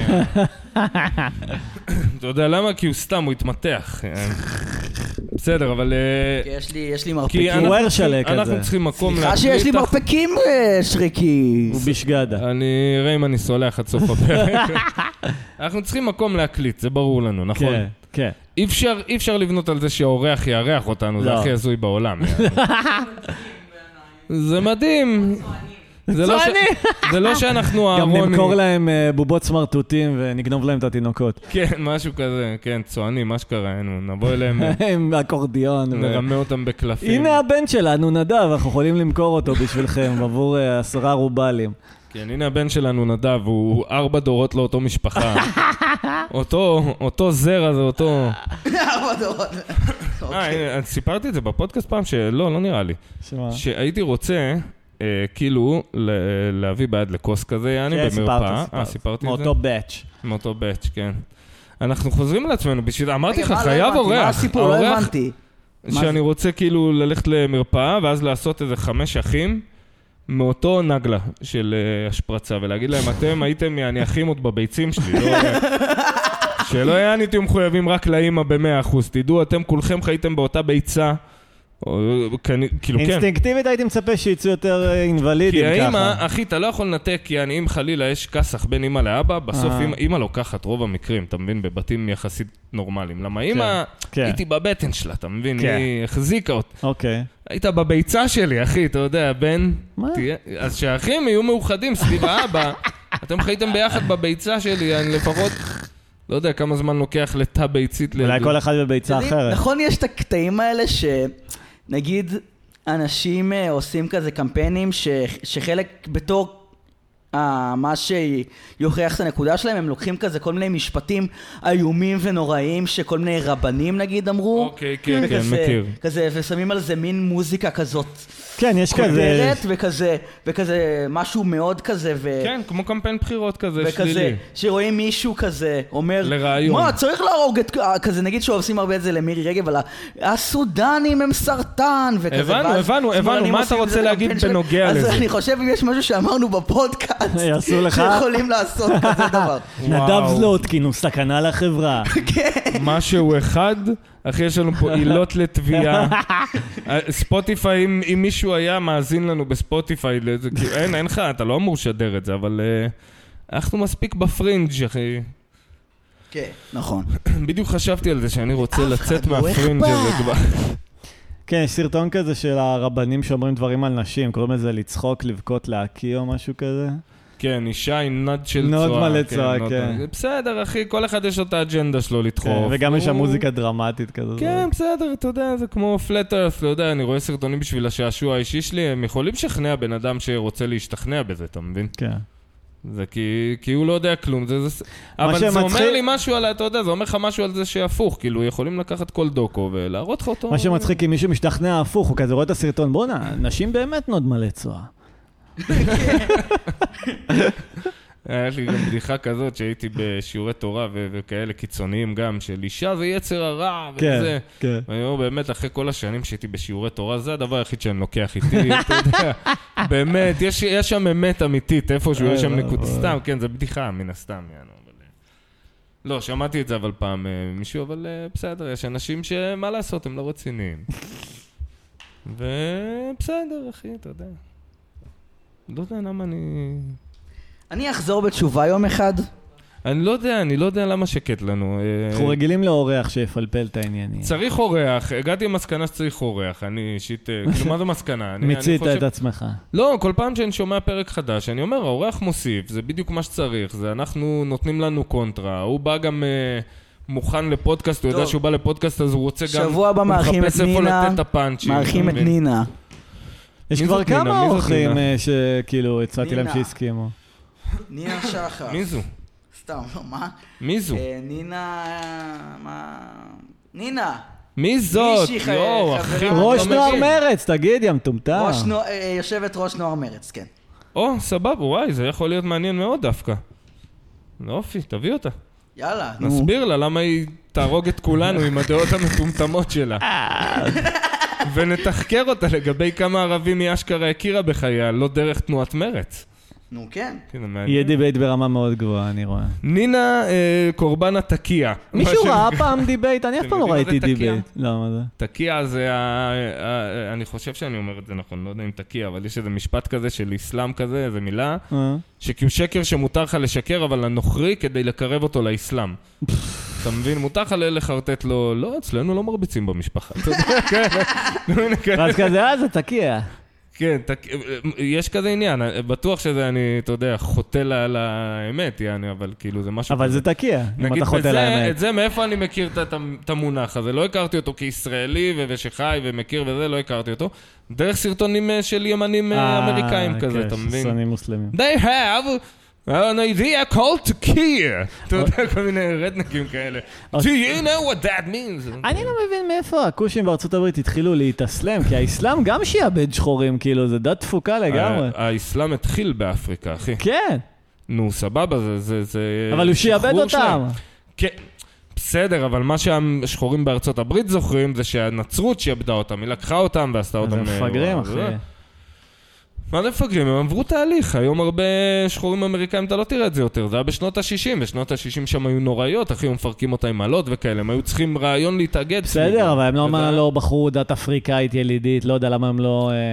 אתה יודע למה? כי הוא סתם, הוא התמתח. בסדר, אבל... יש לי מרפקים. הוא הרשלק כזה. אנחנו צריכים מקום... סליחה שיש לי מרפקים, שריקי. הוא בשגדה. אני אראה אם אני סולח עד סוף הפרק. אנחנו צריכים מקום להקליט, זה ברור לנו, נכון? כן, כן. אי אפשר לבנות על זה שהאורח יארח אותנו, זה הכי הזוי בעולם. זה מדהים. זה לא שאנחנו הארוני. גם נמכור להם בובות סמרטוטים ונגנוב להם את התינוקות. כן, משהו כזה, כן, צועני, מה שקרה, נבוא אליהם. עם אקורדיון. נרמה אותם בקלפים. הנה הבן שלנו, נדב, אנחנו יכולים למכור אותו בשבילכם, עבור עשרה רובלים. כן, הנה הבן שלנו, נדב, הוא ארבע דורות לאותו משפחה. אותו זרע זה אותו... ארבע דורות. אה, סיפרתי את זה בפודקאסט פעם, שלא, לא נראה לי. שהייתי רוצה... כאילו, להביא ביד לכוס כזה, יעני, במרפאה. אה, סיפרתי את זה? מאותו באץ'. מאותו באץ', כן. אנחנו חוזרים על עצמנו, בשביל, אמרתי לך, חייב אורח. מה הסיפור? לא הבנתי. שאני רוצה כאילו ללכת למרפאה, ואז לעשות איזה חמש אחים, מאותו נגלה של השפרצה, ולהגיד להם, אתם הייתם יעני אחים עוד בביצים שלי, שלא יעני תהיו מחויבים רק לאמא ב-מאה אחוז, תדעו, אתם כולכם חייתם באותה ביצה, אינסטינקטיבית הייתי מצפה שיצאו יותר אינוולידים ככה. כי האמא, אחי, אתה לא יכול לנתק, כי אם חלילה יש כסח בין אמא לאבא, בסוף אמא לוקחת רוב המקרים, אתה מבין, בבתים יחסית נורמליים. למה אמא, הייתי בבטן שלה, אתה מבין, היא החזיקה אותה. אוקיי. היית בביצה שלי, אחי, אתה יודע, בן... אז שהאחים יהיו מאוחדים סביב האבא, אתם חייתם ביחד בביצה שלי, אני לפחות... לא יודע כמה זמן לוקח לתא ביצית. אולי כל אחד בביצה אחרת. נכון, יש את הקטעים האלה שנגיד אנשים עושים כזה קמפיינים שחלק בתור מה שיוכיח את הנקודה שלהם, הם לוקחים כזה כל מיני משפטים איומים ונוראים שכל מיני רבנים נגיד אמרו. אוקיי, כן, כן, מכיר. כזה, ושמים על זה מין מוזיקה כזאת. כן, יש כזה. קודרת וכזה, וכזה משהו מאוד כזה. כן, כמו קמפיין בחירות כזה, וכזה, שלילי. שרואים מישהו כזה, אומר, לרעיון. מה, צריך להרוג את, כזה, נגיד שעושים הרבה את זה למירי רגב, על הסודנים הם סרטן, וכזה. הבנו, הבנו, הבנו, מה אתה רוצה להגיד בנוגע לזה? אז אני חושב אם יש משהו שאמרנו בפודקאסט, יעשו לך? שיכולים לעשות כזה דבר. נדב זלוטקין הוא סכנה לחברה. משהו אחד, אחי, יש לנו פה עילות לתביעה. ספוטיפיי, אם, אם מישהו היה מאזין לנו בספוטיפיי, אין, אין לך, אתה לא אמור לשדר את זה, אבל uh, אנחנו מספיק בפרינג', אחי. כן, נכון. בדיוק חשבתי על זה, שאני רוצה לצאת מהפרינג' הזה כבר. כן, יש סרטון כזה של הרבנים שאומרים דברים על נשים, קוראים לזה לצחוק, לבכות, להקיא או משהו כזה. כן, אישה עם נד של צועה. נוד מלא צועה, כן. בסדר, אחי, כל אחד יש לו את האג'נדה שלו לדחוף. וגם יש שם מוזיקה דרמטית כזאת. כן, בסדר, אתה יודע, זה כמו פלט ארת, לא יודע, אני רואה סרטונים בשביל השעשוע האישי שלי, הם יכולים לשכנע בן אדם שרוצה להשתכנע בזה, אתה מבין? כן. זה כי, כי הוא לא יודע כלום, זה, זה... אבל זה אומר לי משהו על, אתה יודע, זה אומר לך משהו על זה שהפוך, כאילו, יכולים לקחת כל דוקו ולהראות לך אותו. מה שמצחיק, אם מישהו משתכנע הפוך, הוא כזה רואה את הסרטון, בוא נה, נשים באמת נוד מלא צועה. היה לי גם בדיחה כזאת שהייתי בשיעורי תורה וכאלה קיצוניים גם, של אישה זה יצר הרע וזה. כן, כן. ואני אומר, באמת, אחרי כל השנים שהייתי בשיעורי תורה, זה הדבר היחיד שאני לוקח איתי, אתה יודע. באמת, יש, יש שם אמת אמיתית, איפשהו, יש שם נקוד, סתם, כן, זה בדיחה, מן הסתם, יענו. אבל... לא, שמעתי את זה אבל פעם מישהו, אבל בסדר, יש אנשים שמה לעשות, הם לא רציניים. ובסדר, אחי, אתה יודע. לא יודע למה אני... אני אחזור בתשובה יום אחד. אני לא יודע, אני לא יודע למה שקט לנו. אנחנו רגילים לאורח שיפלפל את העניינים. צריך אורח, הגעתי למסקנה שצריך אורח. אני אישית, כאילו מה זה מסקנה? מיצית את עצמך. לא, כל פעם שאני שומע פרק חדש, אני אומר, האורח מוסיף, זה בדיוק מה שצריך, זה אנחנו נותנים לנו קונטרה, הוא בא גם... מוכן לפודקאסט, הוא יודע שהוא בא לפודקאסט, אז הוא רוצה גם... שבוע הבא מארחים את נינה, מארחים את נינה. יש כבר כמה אורחים שכאילו הצעתי להם שהסכימו. נינה שחר. מי זו? סתם, מה? מי זו? נינה... מה? נינה. מי זאת? יואו, אחי. ראש נוער מרץ, תגיד, ים טומטם. יושבת ראש נוער מרץ, כן. או, סבבה, וואי, זה יכול להיות מעניין מאוד דווקא. אופי, תביא אותה. יאללה, נו. נסביר לה למה היא תהרוג את כולנו עם הדעות המטומטמות שלה. ונתחקר אותה לגבי כמה ערבים היא אשכרה הכירה בחייה, לא דרך תנועת מרץ. נו, כן. יהיה דיבייט ברמה מאוד גבוהה, אני רואה. נינה קורבן התקיע. מישהו ראה פעם דיבייט? אני אף פעם לא ראיתי דיבייט. למה זה? תקיע זה, אני חושב שאני אומר את זה נכון, לא יודע אם תקיע, אבל יש איזה משפט כזה של אסלאם כזה, איזה מילה, שכאילו שקר שמותר לך לשקר, אבל לנוכרי כדי לקרב אותו לאסלאם. אתה מבין? מותר לך לחרטט לו, לא, אצלנו לא מרביצים במשפחה. אתה יודע, כן. אז כזה, אה, זה תקיע. כן, יש כזה עניין, בטוח שזה אני, אתה יודע, חוטא על האמת, יעני, אבל כאילו זה משהו... אבל זה תקיע, אם אתה חוטא לאמת. את זה, מאיפה אני מכיר את המונח הזה? לא הכרתי אותו כישראלי ושחי ומכיר וזה, לא הכרתי אותו. דרך סרטונים של ימנים אמריקאים כזה, אתה מבין? סרטונים מוסלמים. They have an idea called תקיע. אתה יודע, כל מיני רדנקים כאלה. Do you know what that means? אני לא מבין מאיפה הכושים בארצות הברית התחילו להתאסלם, כי האסלאם גם שיאבד שחורים, כאילו, זה דת תפוקה לגמרי. האסלאם התחיל באפריקה, אחי. כן. נו, סבבה, זה... אבל הוא שיאבד אותם. כן. בסדר, אבל מה שהשחורים בארצות הברית זוכרים זה שהנצרות שיאבדה אותם, היא לקחה אותם ועשתה אותם... אז הם מפגרים, אחי. מה זה מפגרים? הם עברו תהליך. היום הרבה שחורים אמריקאים, אתה לא תראה את זה יותר. זה היה בשנות ה-שישים. בשנות ה-שישים שם היו נוראיות, אחי, הם מפרקים אותה עם מעלות וכאלה. הם היו צריכים רעיון להתאגד. בסדר, אבל הם לא בחרו דת אפריקאית ילידית, לא יודע למה הם לא...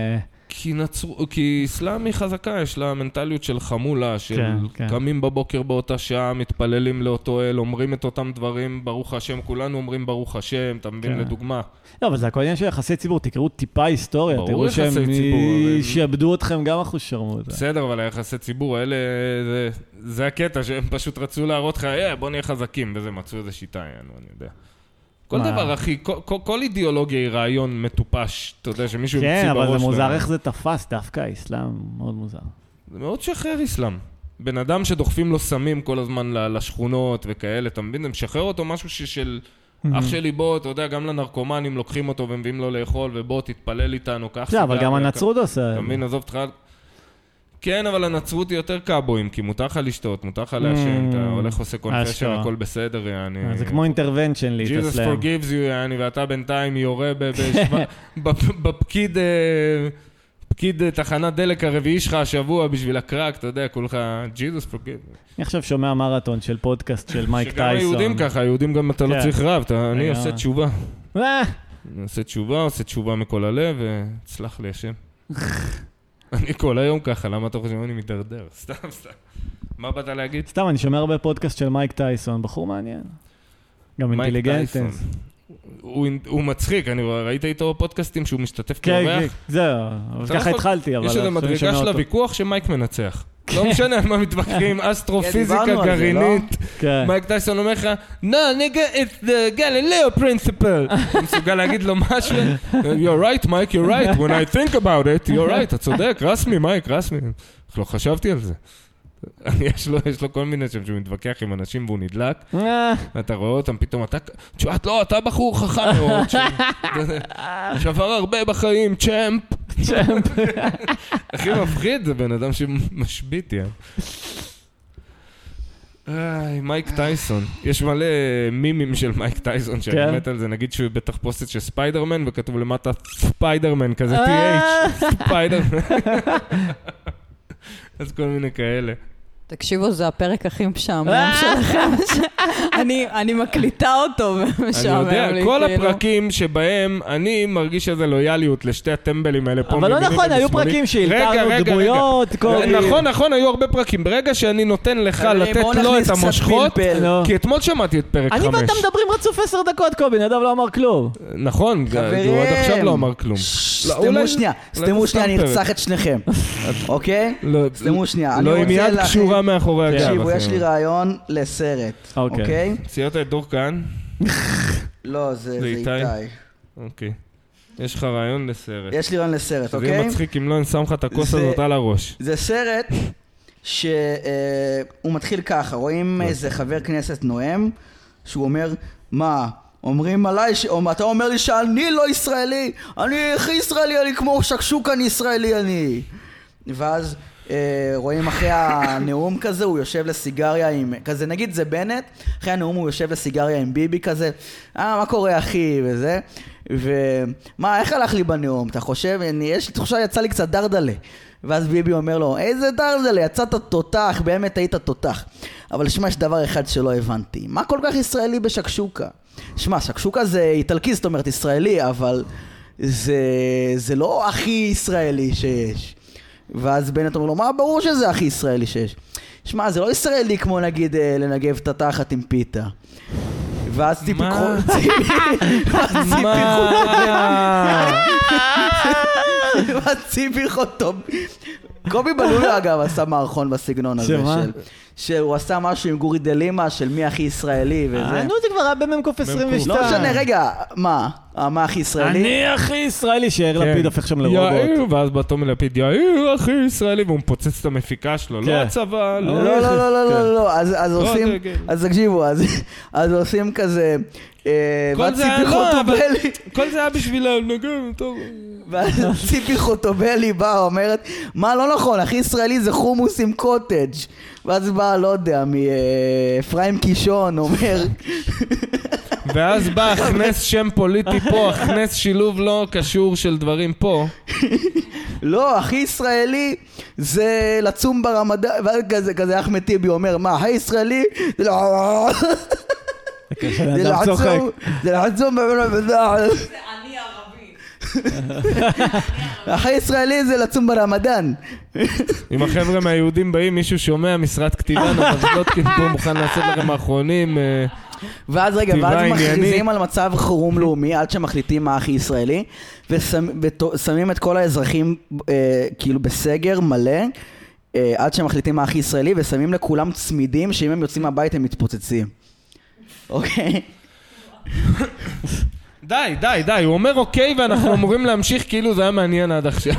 כי, נצרו, כי אסלאם היא חזקה, יש לה מנטליות של חמולה, של כן, כן. קמים בבוקר באותה שעה, מתפללים לאותו אל, אומרים את אותם דברים, ברוך השם, כולנו אומרים ברוך השם, אתה מבין כן. לדוגמה. לא, אבל זה הכל עניין של יחסי ציבור, תקראו טיפה היסטוריה, ברור תראו יחסי שהם ציבור, אבל- שיעבדו אתכם גם אחוז שרמוט. בסדר, אבל היחסי ציבור האלה, זה, זה הקטע שהם פשוט רצו להראות לך, אה, בוא נהיה חזקים, וזה מצאו איזה שיטה, יענו, אני יודע. כל מה? דבר, אחי, כל, כל, כל אידיאולוגיה היא רעיון מטופש, אתה יודע, שמישהו כן, ימציא בראש. אבל זה מוזר להם. איך זה תפס, דווקא האסלאם, מאוד מוזר. זה מאוד שחרר אסלאם. בן אדם שדוחפים לו סמים כל הזמן ל- לשכונות וכאלה, אתה מבין? זה משחרר אותו משהו ששל... אח שלי בוא, אתה יודע, גם לנרקומנים לוקחים אותו ומביאים לו לאכול, ובוא תתפלל איתנו, כך זה, אבל גם הנצרות עושה. אתה מבין, עזוב אותך... כן, אבל הנצרות היא יותר קאבויים, כי מותר לך לשתות, מותר לך לעשן, אתה הולך עושה קונפשן, אשכרה. הכל בסדר, יעני... זה כמו אינטרוונשן Jesus להתאסלם. forgives you, יעני, ואתה בינתיים יורה ב- בשבע- בפ- בפקיד... אה, פקיד אה, תחנת דלק הרביעי שלך השבוע בשביל הקרק, אתה יודע, כולך... Jesus forgive. אני עכשיו שומע מרתון של פודקאסט של מייק שגם טייסון. היהודים ככה, היהודים גם אתה לא כן. צריך רב, אתה- אני לגמרי. עושה תשובה. אה, אני עושה תשובה, עושה תשובה מכל הלב, וצלח לי השם. אני כל היום ככה, למה אתה חושב שאני מתדרדר? סתם, סתם. מה באת להגיד? סתם, אני שומע הרבה פודקאסט של מייק טייסון, בחור מעניין. גם מייק אינטליגנט. טייסון. הוא הוא מצחיק, אני ראית איתו פודקאסטים שהוא משתתף כן, כאורח? כן, זהו, אבל אתה ככה יכול- התחלתי, אבל... יש איזה עכשיו אני מדרגה שומע של אותו. הוויכוח שמייק מנצח. לא משנה על מה מתווכחים, אסטרופיזיקה דיברנו על זה, גרעינית. כן. מייק טייסון אומר לך, no, nigga, it's the Galileo principle. הוא מסוגל להגיד לו משהו. You're right, Mike, you're right. When I think about it, you're right. אתה צודק, רסמי, מייק, רסמי. לא חשבתי על זה. יש לו, יש לו כל מיני שם שהוא מתווכח עם אנשים והוא נדלק. אה, ואתה רואה אותם פתאום, אתה... תשמע, לא, אתה בחור חכם מאוד. ש- שבר הרבה בחיים, צ'אמפ. צ'אמפ. הכי מפחיד זה בן אדם שמשביט, יא. איי, מייק טייסון. יש מלא מימים של מייק טייסון כן. שאני מת על זה. נגיד שהוא בתחפושת של ספיידרמן, וכתוב למטה ספיידרמן, כזה אה. טי אייץ', ספיידרמן. אז כל מיני כאלה. תקשיבו, זה הפרק הכי משעמם שלכם. אני- אני מקליטה אותו אני ומשעמם יודע, לי. כל כאילו. הפרקים שבהם אני מרגיש איזה לויאליות לשתי הטמבלים האלה פה. אבל לא מימיני נכון, היו ומשמאלי. פרקים רגע, שהלתרנו רגע, דמויות, רגע. קובי. נכון, נכון, היו הרבה פרקים. ברגע שאני נותן לך חברים, לתת בואו לו נכניס את קצת המושכות, פלפל. לא. כי אתמול שמעתי את פרק אני חמש. ואתה מדברים רצוף עשר דקות, קובי, נדב לא אמר כלום. נכון, חברים. הוא עד עכשיו לא אמר כלום. לא, אולי- סתמו שנייה, אולי סתמו זה שנייה, סתם אני פרק. ארצח את שניכם. אוקיי? לא, סתמו שנייה. אני לא עם רוצה יד להכין- קשורה מאחורי הגב. תקשיבו, אחי. יש לי רעיון לסרט. אוקיי. אוקיי? ציירת את דור כאן? לא, זה זה זה איתי? איתי. אוקיי. יש לך רעיון לסרט. יש לי רעיון לסרט, זה אוקיי? יהיה מצחיק אם לא אני שם לך את הכוס זה- הזאת על הראש. זה סרט שהוא מתחיל ככה, רואים איזה חבר כנסת נואם, שהוא אומר, מה, אומרים עליי, ש... או, אתה אומר לי שאני לא ישראלי, אני הכי ישראלי, אני כמו שקשוק, אני ישראלי, אני. ואז אה, רואים אחרי הנאום כזה, הוא יושב לסיגריה עם, כזה נגיד זה בנט, אחרי הנאום הוא יושב לסיגריה עם ביבי כזה, אה, מה קורה אחי, וזה, ומה, איך הלך לי בנאום, אתה חושב, אני, יש לי תחושה, יצא לי קצת דרדלה. ואז ביבי אומר לו, איזה דרדלה, יצאת תותח, באמת היית תותח. אבל שמע, יש דבר אחד שלא הבנתי, מה כל כך ישראלי בשקשוקה? שמע, שקשוקה זה איטלקי, זאת אומרת ישראלי, אבל זה, זה לא הכי ישראלי שיש. ואז בנט אומר לו, מה ברור שזה הכי ישראלי שיש? שמע, זה לא ישראלי כמו נגיד אה, לנגב את התחת עם פיתה. ואז ציפי מה? חוטובלי, ואז ציפי חוטובלי, ואז ציפי חוטובלי. קובי בלולו אגב עשה מערכון בסגנון הזה שמה? של... שהוא עשה משהו עם גורי דלימה של מי הכי ישראלי וזה. אה, נו, זה כבר היה במ"ק עשרים ושתיים. לא משנה, רגע, מה? מה הכי ישראלי? אני הכי ישראלי, שיאיר לפיד הופך שם לרובוט. יאיר, ואז בא תומי לפיד, יאיר, הכי ישראלי, והוא מפוצץ את המפיקה שלו, לא כן. הצבא, לא, לא... לא, לא, לא, לא, לא, אז אז עושים, דגל. אז תקשיבו, אז אז עושים כזה, אה, כל ואז זה היה ציפי לא, אבל- חוטובלי, כל זה היה בשביל הנגן, טוב. ואז ציפי חוטובלי באה, אומרת, מה לא נכון, הכי ישראלי זה חומוס עם קוטג'. ואז בא, לא יודע, מאפרים קישון, אומר, ואז בא הכנס שם פוליטי פה, הכנס שילוב לא קשור של דברים פה. לא, הכי ישראלי זה לצום ברמדאן, ואז כזה, כזה אחמד טיבי אומר, מה, הכי ישראלי? זה לא... זה אדם צוחק. לעצום, זה לעצום ברמדאן. זה אני ערבי. הכי ישראלי זה לצום ברמדאן. אם החבר'ה מהיהודים באים, מישהו שומע משרד כתיבה, נבזלוטקין פה מוכן לעשות לכם האחרונים. ואז רגע, ואז מכריזים על מצב חירום לאומי, עד שמחליטים מה הכי ישראלי, ושמים את כל האזרחים כאילו בסגר מלא, עד שמחליטים מה הכי ישראלי, ושמים לכולם צמידים, שאם הם יוצאים מהבית הם מתפוצצים. אוקיי? די, די, די, הוא אומר אוקיי, ואנחנו אמורים להמשיך כאילו זה היה מעניין עד עכשיו.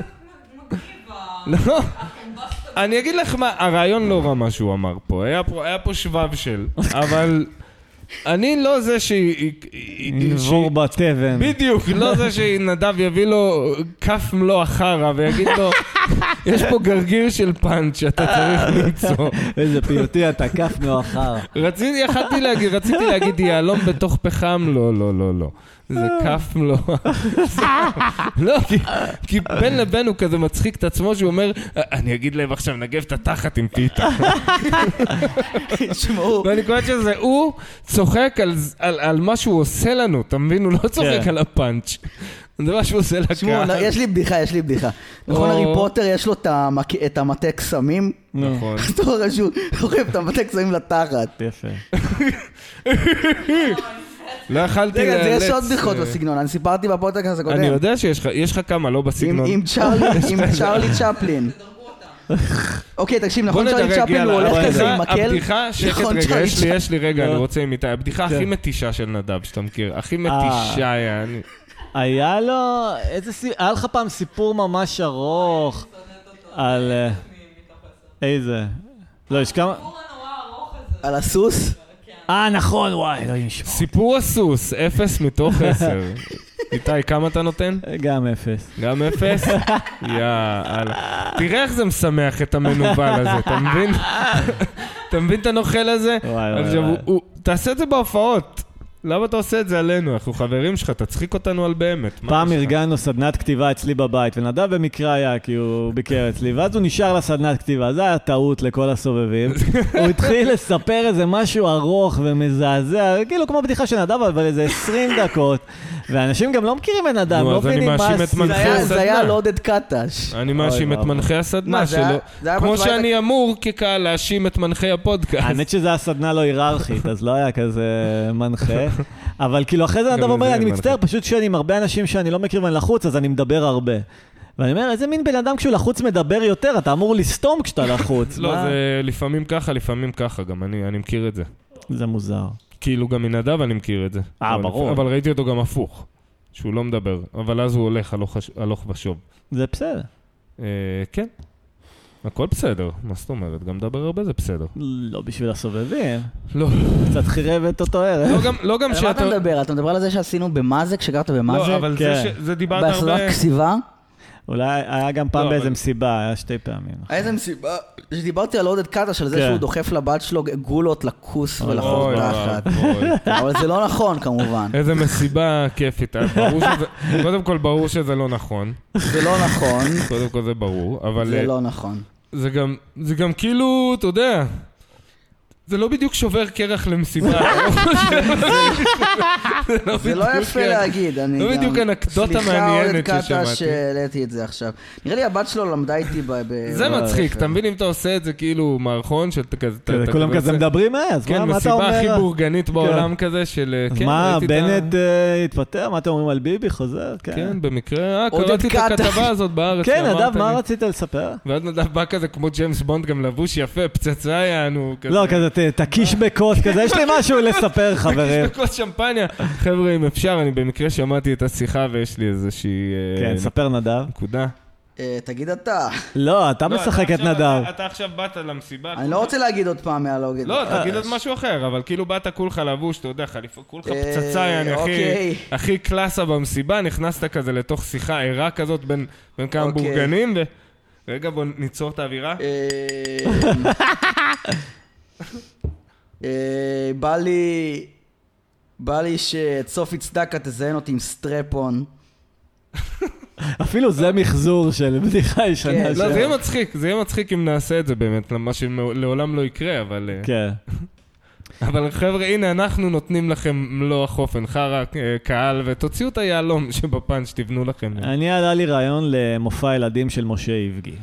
לא, אני אגיד לך מה, הרעיון לא רע מה שהוא אמר פה, היה פה, היה פה שבב של, אבל אני לא זה ש... נבור בתבן. בדיוק, לא זה שנדב יביא לו כף מלוא החרה ויגיד לו, יש פה גרגיר של פאנץ' שאתה צריך למצוא. איזה פיוטי, אתה כף מלוא החרה. רציתי, יכלתי להגיד, רציתי להגיד יעלום בתוך פחם, לא, לא, לא, לא. זה כף מלוא. לא, כי בין לבין הוא כזה מצחיק את עצמו שהוא אומר, אני אגיד להם עכשיו, נגב את התחת עם פיתה. ואני קוראת שזה, הוא צוחק על מה שהוא עושה לנו, אתה מבין? הוא לא צוחק על הפאנץ'. זה מה שהוא עושה לקהל. שמעו, יש לי בדיחה, יש לי בדיחה. נכון, הארי פוטר יש לו את המטה קסמים. נכון. אתה רואה שהוא אוכב את המטה קסמים לתחת. יפה. לא יכלתי... רגע, יש עוד בדיחות בסגנון, אני סיפרתי בפודקאסט הזה קודם. אני יודע שיש לך כמה, לא בסגנון. עם צ'רלי צ'פלין. אוקיי, תקשיב, נכון צ'רלי צ'פלין הוא הולך כזה עם מקל? הבדיחה, שקט רגע, יש לי, יש לי רגע, אני רוצה עם איתי. הבדיחה הכי מתישה של נדב, שאתה מכיר. הכי מתישה, יעני. היה לו, איזה סיפור, היה לך פעם סיפור ממש ארוך על... איזה? לא, יש כמה... על הסוס? אה, נכון, וואי, לא ישמע. סיפור הסוס, אפס מתוך עשר. איתי, כמה אתה נותן? גם אפס. גם אפס? יאללה. תראה איך זה משמח את המנובל הזה, אתה מבין? אתה מבין את הנוכל הזה? וואי, וואי, וואי. תעשה את זה בהופעות. למה אתה עושה את זה עלינו? אנחנו חברים שלך, תצחיק אותנו על באמת. פעם ארגנו סדנת כתיבה אצלי בבית, ונדב במקרה היה, כי הוא ביקר אצלי, ואז הוא נשאר לסדנת כתיבה, זה היה טעות לכל הסובבים. הוא התחיל לספר איזה משהו ארוך ומזעזע, כאילו כמו בדיחה של נדב, אבל איזה עשרים דקות, ואנשים גם לא מכירים את נדב, לא מבינים מה הסדנה. זה היה לא עודד קטש. אני מאשים את מנחי הסדנה שלו, כמו שאני אמור כקהל להאשים את מנחי הפודקאסט. האמת שזה הסדנה לא היררכית, אז לא היה כזה מנחה. אבל כאילו אחרי זה נדב אומר, אני מצטער, פשוט שאני עם הרבה אנשים שאני לא מכיר ואני לחוץ, אז אני מדבר הרבה. ואני אומר, איזה מין בן אדם כשהוא לחוץ מדבר יותר, אתה אמור לסתום כשאתה לחוץ. לא, זה לפעמים ככה, לפעמים ככה, גם אני מכיר את זה. זה מוזר. כאילו גם מנדב אני מכיר את זה. אה, ברור. אבל ראיתי אותו גם הפוך, שהוא לא מדבר, אבל אז הוא הולך הלוך ושוב. זה בסדר. כן. הכל בסדר, מה זאת אומרת? גם מדבר הרבה זה בסדר. לא בשביל הסובבים. לא. קצת חירבת אותו ערב. לא גם שאתה... על מה אתה מדבר? אתה מדבר על זה שעשינו במאזה, כשגרת במאזה? לא, אבל זה דיברת הרבה... בהסדרת כסיבה? אולי היה גם פעם באיזה מסיבה, היה שתי פעמים. איזה מסיבה? שדיברתי על עודד קטש, על זה שהוא דוחף לבת שלו גולות לכוס ולחור תחת. אבל זה לא נכון כמובן. איזה מסיבה כיפית. קודם כל ברור שזה לא נכון. זה לא נכון. קודם כל זה ברור, אבל... זה לא נכון. זה גם כאילו, אתה יודע... זה לא בדיוק שובר קרח למסיבה. זה לא יפה להגיד. לא בדיוק אנקדוטה מעניינת ששמעתי. סליחה, עוד קטע שהעליתי את זה עכשיו. נראה לי הבת שלו למדה איתי ב... זה מצחיק, אתה מבין אם אתה עושה את זה כאילו מערכון של... כולם כזה מדברים, אז מה אתה אומר? מסיבה הכי בורגנית בעולם כזה של... אז מה, בנט התפטר? מה אתם אומרים על ביבי? חוזר? כן, במקרה. קראתי את הכתבה הזאת בארץ. כן, נדב, מה רצית לספר? ואז נדב בא כזה כמו ג'יימס בונד, גם לבוש יפה, פצצה יענו. לא, כזה תקיש בכוס כזה, יש לי משהו לספר, חברים. תקיש בכוס שמפניה. חבר'ה, אם אפשר, אני במקרה שמעתי את השיחה ויש לי איזושהי... כן, ספר נדב. נקודה. תגיד אתה. לא, אתה משחק את נדב. אתה עכשיו באת למסיבה. אני לא רוצה להגיד עוד פעם מהלוגד. לא, תגיד עוד משהו אחר, אבל כאילו באת כולך לבוש, אתה יודע, כולך פצצה, הכי קלאסה במסיבה, נכנסת כזה לתוך שיחה עירה כזאת בין כמה בורגנים, ורגע בוא ניצור את האווירה. בא לי בא לי שצופי צדקה תזיין אותי עם סטרפון. אפילו זה מחזור של בדיחה ישנה. לא, זה יהיה מצחיק, זה יהיה מצחיק אם נעשה את זה באמת, מה שלעולם לא יקרה, אבל... כן. אבל חבר'ה, הנה, אנחנו נותנים לכם מלוא החופן, חרא, קהל, ותוציאו את היעלום שבפן שתבנו לכם. אני עלה לי רעיון למופע ילדים של משה איבגי.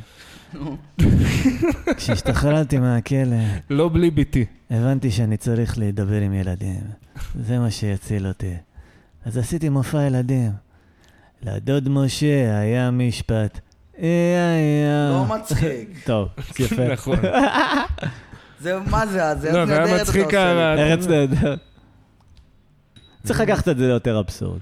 כשהשתחררתי מהכלא, לא בלי ביתי. הבנתי שאני צריך לדבר עם ילדים. זה מה שיציל אותי. אז עשיתי מופע ילדים. לדוד משה היה משפט. לא מצחיק. טוב, יפה. נכון. זה, מה זה? זה לא, זה היה מצחיק הרעד. ארץ נהדר. צריך לקחת את זה ליותר אבסורד.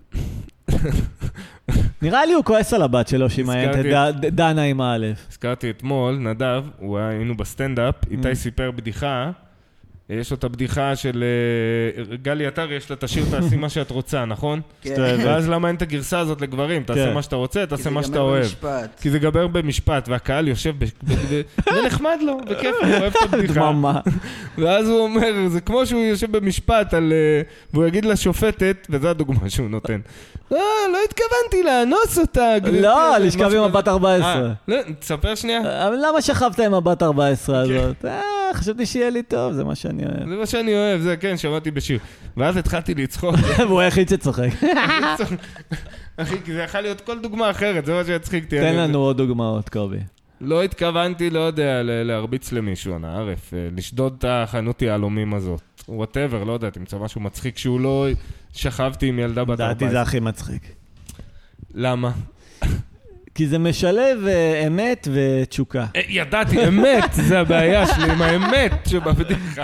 נראה לי הוא כועס על הבת שלו שהיא מעיינת את דנה עם א'. הזכרתי אתמול, נדב, היינו בסטנדאפ, איתי סיפר בדיחה, יש לו את הבדיחה של גלי אתר, יש לה תשאיר תעשי מה שאת רוצה, נכון? ואז למה אין את הגרסה הזאת לגברים? תעשה מה שאתה רוצה, תעשה מה שאתה אוהב. כי זה גבר במשפט, והקהל יושב, זה נחמד לו, בכיף, הוא אוהב את הבדיחה. ואז הוא אומר, זה כמו שהוא יושב במשפט, והוא יגיד לשופטת, וזו הדוגמה שהוא נותן. לא, לא התכוונתי לאנוס אותה. לא, לשכב עם הבת ארבע עשרה. תספר שנייה. למה שכבת עם הבת ארבע עשרה הזאת? חשבתי שיהיה לי טוב, זה מה שאני אוהב. זה מה שאני אוהב, זה כן, שמעתי בשיר. ואז התחלתי לצחוק. והוא היחיד שצוחק. אחי, כי זה יכול להיות כל דוגמה אחרת, זה מה שהצחיקתי. תן לנו עוד דוגמאות, קובי. לא התכוונתי, לא יודע, להרביץ למישהו, אנא ערף, לשדוד את החנות יעלומים הזאת. whatever, לא יודע, תמצא משהו מצחיק שהוא לא שכבתי עם ילדה בת ארבע עשרה. דעתי זה הכי מצחיק. למה? כי זה משלב אמת ותשוקה. ידעתי, אמת, זה הבעיה שלי עם האמת שבבדיחה.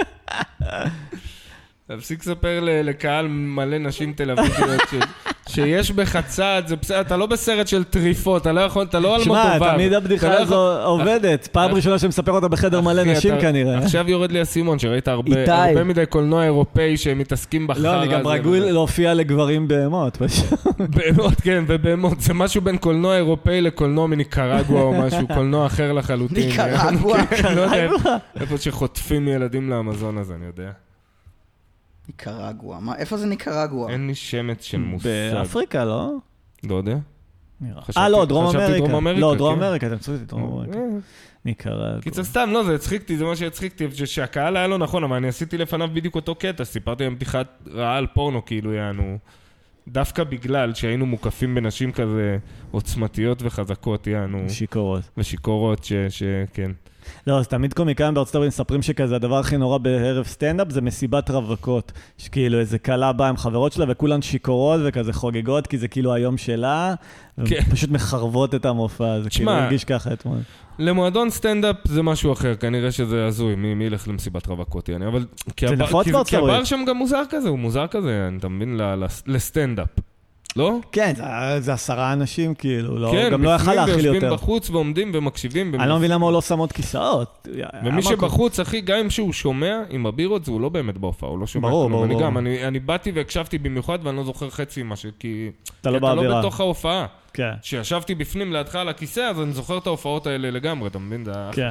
להפסיק לספר לקהל מלא נשים תל אביביות שיש בך צד, זה בסדר, אתה לא בסרט של טריפות, אתה לא יכול, אתה לא על מוטובב. שמע, תמיד הבדיחה הזו עובדת, פעם ראשונה שמספר אותה בחדר מלא נשים כנראה. עכשיו יורד לי הסימון, שראית הרבה מדי קולנוע אירופאי שהם מתעסקים בחר. לא, אני גם רגול להופיע לגברים בהמות. בהמות, כן, ובהמות. זה משהו בין קולנוע אירופאי לקולנוע מניקרגואה או משהו, קולנוע אחר לחלוטין. ניקרגואה. איפה שחוטפים ילדים לאמזון הזה, אני יודע. ניקרגואה. איפה זה ניקרגואה? אין לי שמץ של מושג. באפריקה, לא? לא יודע. אה, לא, דרום אמריקה. לא, דרום אמריקה, אתם צודקים, דרום אמריקה. ניקרגואה. כי זה סתם, לא, זה הצחיקתי, זה מה שהצחיקתי, שהקהל היה לא נכון, אבל אני עשיתי לפניו בדיוק אותו קטע, סיפרתי להם בדיחת רעה על פורנו, כאילו יענו, דווקא בגלל שהיינו מוקפים בנשים כזה עוצמתיות וחזקות, יענו. שיקורות. ושיקורות, שכן. לא, אז תמיד קומיקאים בארצות הברית מספרים שכזה, הדבר הכי נורא בערב סטנדאפ זה מסיבת רווקות. שכאילו איזה קלה באה עם חברות שלה וכולן שיקורות וכזה חוגגות, כי זה כאילו היום שלה, ופשוט מחרבות את המופע, זה כאילו הרגיש ככה אתמול. למועדון סטנדאפ זה משהו אחר, כנראה שזה הזוי, מי ילך למסיבת רווקות, יעני, אבל... זה נפוץ בארצות הברית. כי הבר שם גם מוזר כזה, הוא מוזר כזה, אתה מבין, לסטנדאפ. לא? כן, זה עשרה אנשים כאילו, גם לא יכל להכיל יותר. כן, ויושבים בחוץ ועומדים ומקשיבים. אני לא מבין למה הוא לא שם עוד כיסאות. ומי שבחוץ, אחי, גם אם שהוא שומע עם הבירות, זה הוא לא באמת בהופעה, הוא לא שומע. ברור, ברור. אני גם, אני באתי והקשבתי במיוחד, ואני לא זוכר חצי משהו, כי אתה לא בתוך ההופעה. כן. כשישבתי בפנים לידך על הכיסא, אז אני זוכר את ההופעות האלה לגמרי, אתה מבין? כן.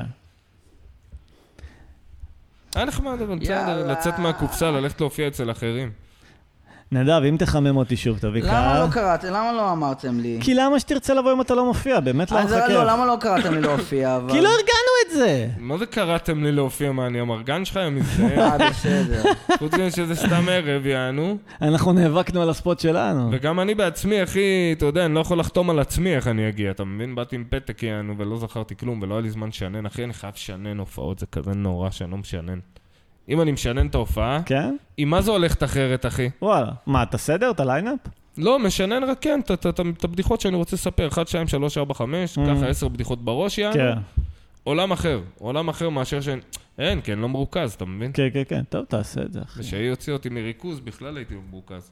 היה נחמד, אבל בסדר, לצאת מהקופסה, ללכת להופיע אצל אחרים. נדב, אם תחמם אותי שוב, תביא קהל. למה לא קראתם? למה לא אמרתם לי? כי למה שתרצה לבוא אם אתה לא מופיע? באמת לא מחכה. לא, למה לא קראתם לי להופיע? כי לא הרגענו את זה. מה זה קראתם לי להופיע? מה, אני המרגן שלך עם מזדהה? אה, בסדר. חוץ מזה שזה סתם ערב, יענו. אנחנו נאבקנו על הספוט שלנו. וגם אני בעצמי, אחי, אתה יודע, אני לא יכול לחתום על עצמי איך אני אגיע. אתה מבין? באתי עם פתק, יענו, ולא זכרתי כלום, ולא היה לי זמן שנן. אחי, אני חייב שנן הופעות, זה כזה נורא שאני לא משנן. אם אני משנן את ההופעה, כן? עם מה זה הולכת אחרת, אחי? וואלה. מה, אתה סדר? אתה ליינאפ? לא, משנן רק כן, את הבדיחות שאני רוצה לספר. אחת, שתיים, שלוש, ארבע, חמש, ככה עשר בדיחות בראש, יענו. כן. עולם אחר. עולם אחר מאשר שאין... אין, כן, לא מרוכז, אתה מבין? כן, כן, כן. טוב, תעשה את זה, אחי. ושהיא יוציא אותי מריכוז, בכלל הייתי מרוכז.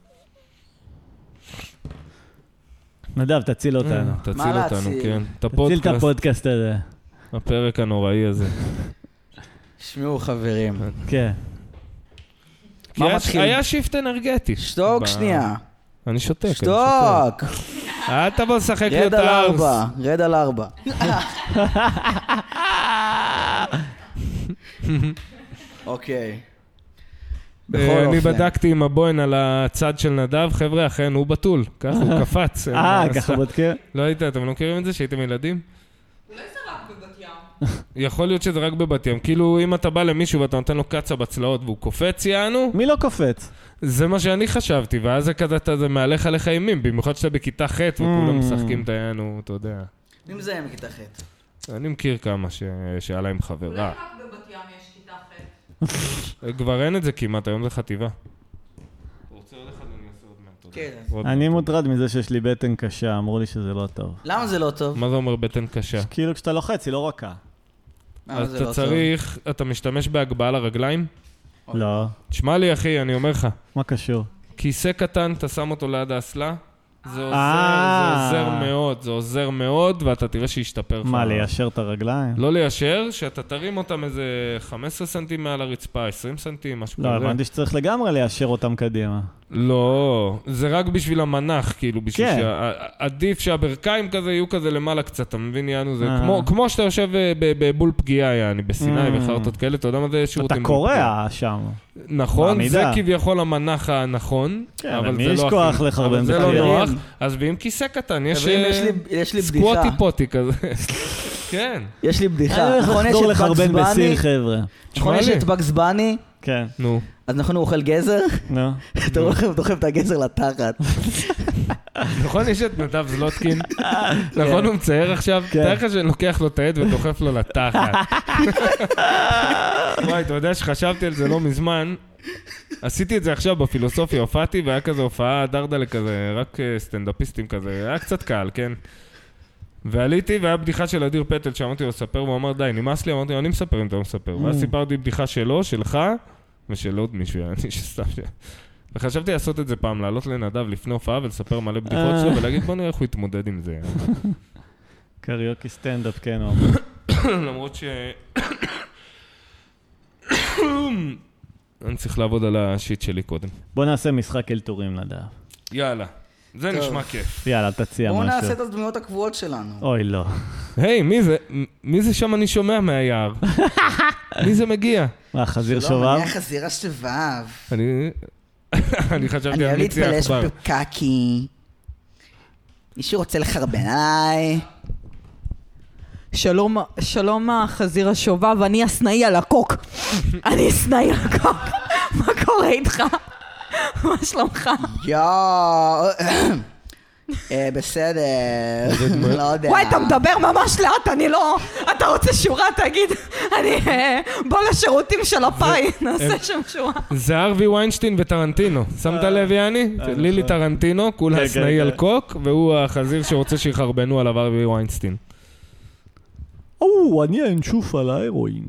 נדב, תציל אותנו. תציל אותנו, כן. תציל את הפודקאסט הזה. הפרק הנוראי הזה. שמעו חברים. כן. כי היה שיפט אנרגטי. שתוק שנייה. אני שותק. שתוק. אל תבוא לשחק לי רד על ארבע. רד על ארבע. אוקיי. אני בדקתי עם הבוין על הצד של נדב, חבר'ה, אכן הוא בטול. ככה הוא קפץ. אה, ככה בודקים? לא היית, אתם לא מכירים את זה שהייתם ילדים? אולי זה רק בבת ים. יכול להיות שזה רק בבת ים. כאילו, אם אתה בא למישהו ואתה נותן לו קצה בצלעות והוא קופץ, יענו, מי לא קופץ? זה מה שאני חשבתי, ואז זה כזה, אתה מהלך עליך אימים, במיוחד שאתה בכיתה ח' וכולם משחקים את היענו, אתה יודע. מי מזהה מכיתה ח'? אני מכיר כמה שהיה להם חברה. אולי רק בבת ים יש כיתה ח'. כבר אין את זה כמעט, היום זה חטיבה. רוצה עוד אחד, אני אעשה עוד מעט. כן. אני מוטרד מזה שיש לי בטן קשה, אמרו לי שזה לא טוב. למה זה לא טוב? מה זה אומר בטן קשה? כאילו כשאתה לוחץ, היא לא רכה. למה זה אתה לא טוב? צריך, אתה משתמש בהגבהה לרגליים? לא. תשמע לי אחי, אני אומר לך, מה קשור? כיסא קטן, אתה שם אותו ליד האסלה, זה עוזר, אה. זה עוזר מאוד, זה עוזר מאוד, ואתה תראה שישתפר לך. מה, ליישר את הרגליים? לא ליישר, שאתה תרים אותם איזה חמישה עשר סנטים מעל הרצפה, עשרים סנטים, משהו לא, כזה. הבנתי שצריך לגמרי ליישר אותם קדימה. לא, זה רק בשביל המנח, כאילו, בשביל כן. שעדיף שהברכיים כזה יהיו כזה למעלה קצת, אתה מבין, יענו, זה אה. כמו, כמו שאתה יושב בבול פגיעה, יעני, בסיני אה. וחרטות כאלה, אתה יודע מה זה שירותים? אתה בול פגיעה? קורע שם. נכון, בעמידה. זה כביכול המנח הנכון, כן, אבל למי זה יש לא כוח הכי- לחרבן אבל זה לא בקריאה? נוח, אז ועם כיסא קטן, יש חברים, יש לי- יש לי בדיחה. סקווטי פוטי כזה. כן, יש לי בדיחה. אני הולך נכון, יש לחזור את לחרבן בגס בסיר, בני? חבר'ה. נכון, יש שמע לי. את בגס בני? כן, נו. אז נכון, הוא אוכל גזר? נו. אתה הולך דוחף את הגזר לתחת. נכון, יש את נדב זלוטקין? נכון, הוא מצייר עכשיו? כן. תאר לך שאני לוקח לו את העד ודוחף לו לתחת. וואי, אתה יודע שחשבתי על זה לא מזמן. עשיתי את זה עכשיו בפילוסופיה, הופעתי, והיה כזה הופעה דרדלה כזה, רק אה, סטנדאפיסטים כזה, היה קצת קל, כן? ועליתי, והיה בדיחה של אדיר פטל, שאמרתי לו לספר, והוא אמר, די, נמאס לי, אמרתי לו, אני מספר אם אתה לא מספר. ואז סיפרתי בדיחה שלו, שלך, ושל עוד מישהו, אני שסתם ש... וחשבתי לעשות את זה פעם, לעלות לנדב לפני הופעה ולספר מלא בדיחות שלו, ולהגיד, בוא נראה איך הוא יתמודד עם זה. קריוקי סטנדאפ, כן, הוא אומר. למרות ש... אני צריך לעבוד על השיט שלי קודם. בוא נעשה משחק אלתורים נדב. יאללה, זה טוב. נשמע כיף. יאללה, תציע משהו. בואו נעשה את הדמויות הקבועות שלנו. אוי, לא. היי, מי זה? מי זה שם אני שומע מהיער? מי זה מגיע? מה, חזיר שלום, שובב? אני החזיר השובב. אני... אני חשבתי אני על אוהב מיצי להתפלש העכבר. בפקקי. מישהו רוצה לחרבן עליי? שלום, שלום החזיר השובב, אני הסנאי על הקוק. אני הסנאי על הקוק. מה קורה איתך? מה שלומך? יואו. אה, בסדר. לא יודע. וואי, אתה מדבר ממש לאט, אני לא... אתה רוצה שורה, תגיד. אני... אה, בוא לשירותים של הפאי, נעשה שם שורה. זה ארווי ויינשטיין וטרנטינו. שמת לב, יעני? לילי טרנטינו, כולה כן, הסנאי כן, על כן. קוק, והוא החזיר שרוצה שיחרבנו עליו ארווי ויינשטיין. או, אני אנשוף על ההרואין.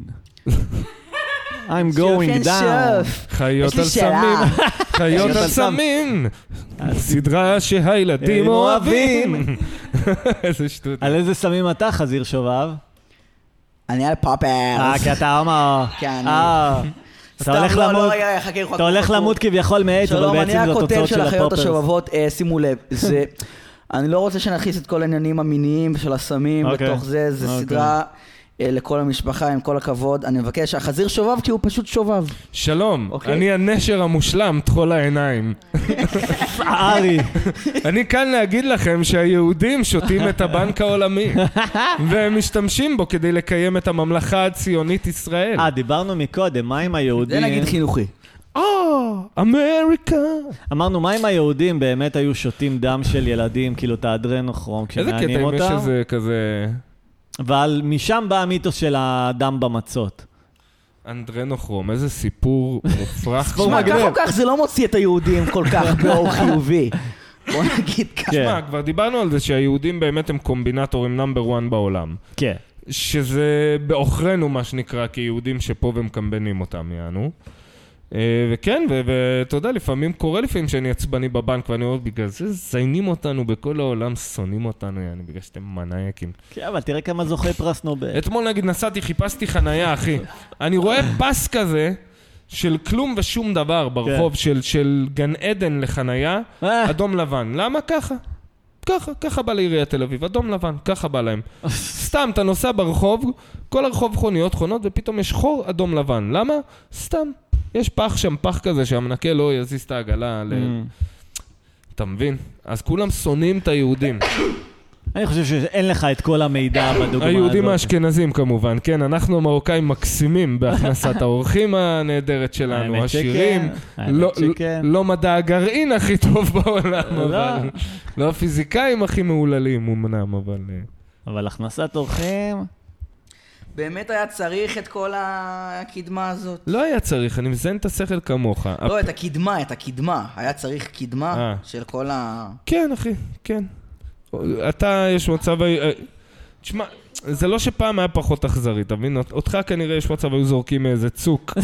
I'm going down. חיות יש לי על שאלה. סמים, חיות על סמים, סדרה שהילדים אוהבים. איזה שטות. על איזה סמים אתה, חזיר שובב? אני על פופרס. אה, כי אתה הומו. כן, אני- אה. אתה סתם, הולך לא, למות, לא, רגע, חכה, חכה, אתה הולך חכה. למות כביכול מאיידס, אבל שלום, בעצם אני זה הכותב התוצאות של של החיות הפופרס. השובבות, אה, שימו לב, זה... אני לא רוצה שנכניס את כל העניינים המיניים של הסמים אוקיי. בתוך זה, זה אוקיי. סדרה אה, לכל המשפחה, עם כל הכבוד. אני מבקש, החזיר שובב כי הוא פשוט שובב. שלום, אוקיי. אני הנשר המושלם, תחול העיניים. ארי. אני כאן להגיד לכם שהיהודים שותים את הבנק העולמי, והם משתמשים בו כדי לקיים את הממלכה הציונית ישראל. אה, דיברנו מקודם, מה עם זה היהודים? נגיד חינוכי. אה, אמריקה. אמרנו, מה אם היהודים באמת היו שותים דם של ילדים, כאילו את האדרנוכרום, איזה קטע כשמענים אם יש אותם? איזה כזה... אבל משם בא המיתוס של הדם במצות. אנדרנוכרום, איזה סיפור מופרך. סיפור שמע, מגניב. כך או כך זה לא מוציא את היהודים כל כך באור חיובי. בוא נגיד ככה. כן. שמע, כבר דיברנו על זה שהיהודים באמת הם קומבינטורים נאמבר וואן בעולם. כן. שזה בעוכרנו מה שנקרא כיהודים שפה ומקמבנים אותם, יענו. אה, וכן, ו- ואתה יודע, לפעמים קורה לפעמים שאני עצבני בבנק ואני אומר, בגלל זה זיינים אותנו בכל העולם, שונאים אותנו, יעני, בגלל שאתם מנאייקים. כן, אבל תראה כמה זוכי פרס נובל. אתמול נגיד נסעתי, חיפשתי חנייה, אחי. אני רואה פס כזה של כלום ושום דבר ברחוב, של, של גן עדן לחנייה, אה. אדום לבן. למה ככה? ככה, ככה בא לעיריית תל אביב, אדום לבן, ככה בא להם. סתם, אתה נוסע ברחוב, כל הרחוב חוניות חונות, ופתאום יש חור אדום לבן. למה? סתם. יש פח שם, פח כזה שהמנקה לא יזיז את העגלה. ל... Mm. אתה מבין? אז כולם שונאים את היהודים. אני חושב שאין לך את כל המידע בדוגמה הזאת. היהודים האשכנזים כמובן, כן, אנחנו המרוקאים מקסימים בהכנסת האורחים הנהדרת שלנו, השירים, לא מדע הגרעין הכי טוב בעולם, אבל לא הפיזיקאים הכי מעוללים, אמנם, אבל... אבל הכנסת אורחים... באמת היה צריך את כל הקדמה הזאת? לא היה צריך, אני מזיין את השכל כמוך. לא, את הקדמה, את הקדמה. היה צריך קדמה של כל ה... כן, אחי, כן. אתה, יש מצב... תשמע, זה לא שפעם היה פחות אכזרי, תבין? אותך כנראה יש מצב היו זורקים מאיזה צוק.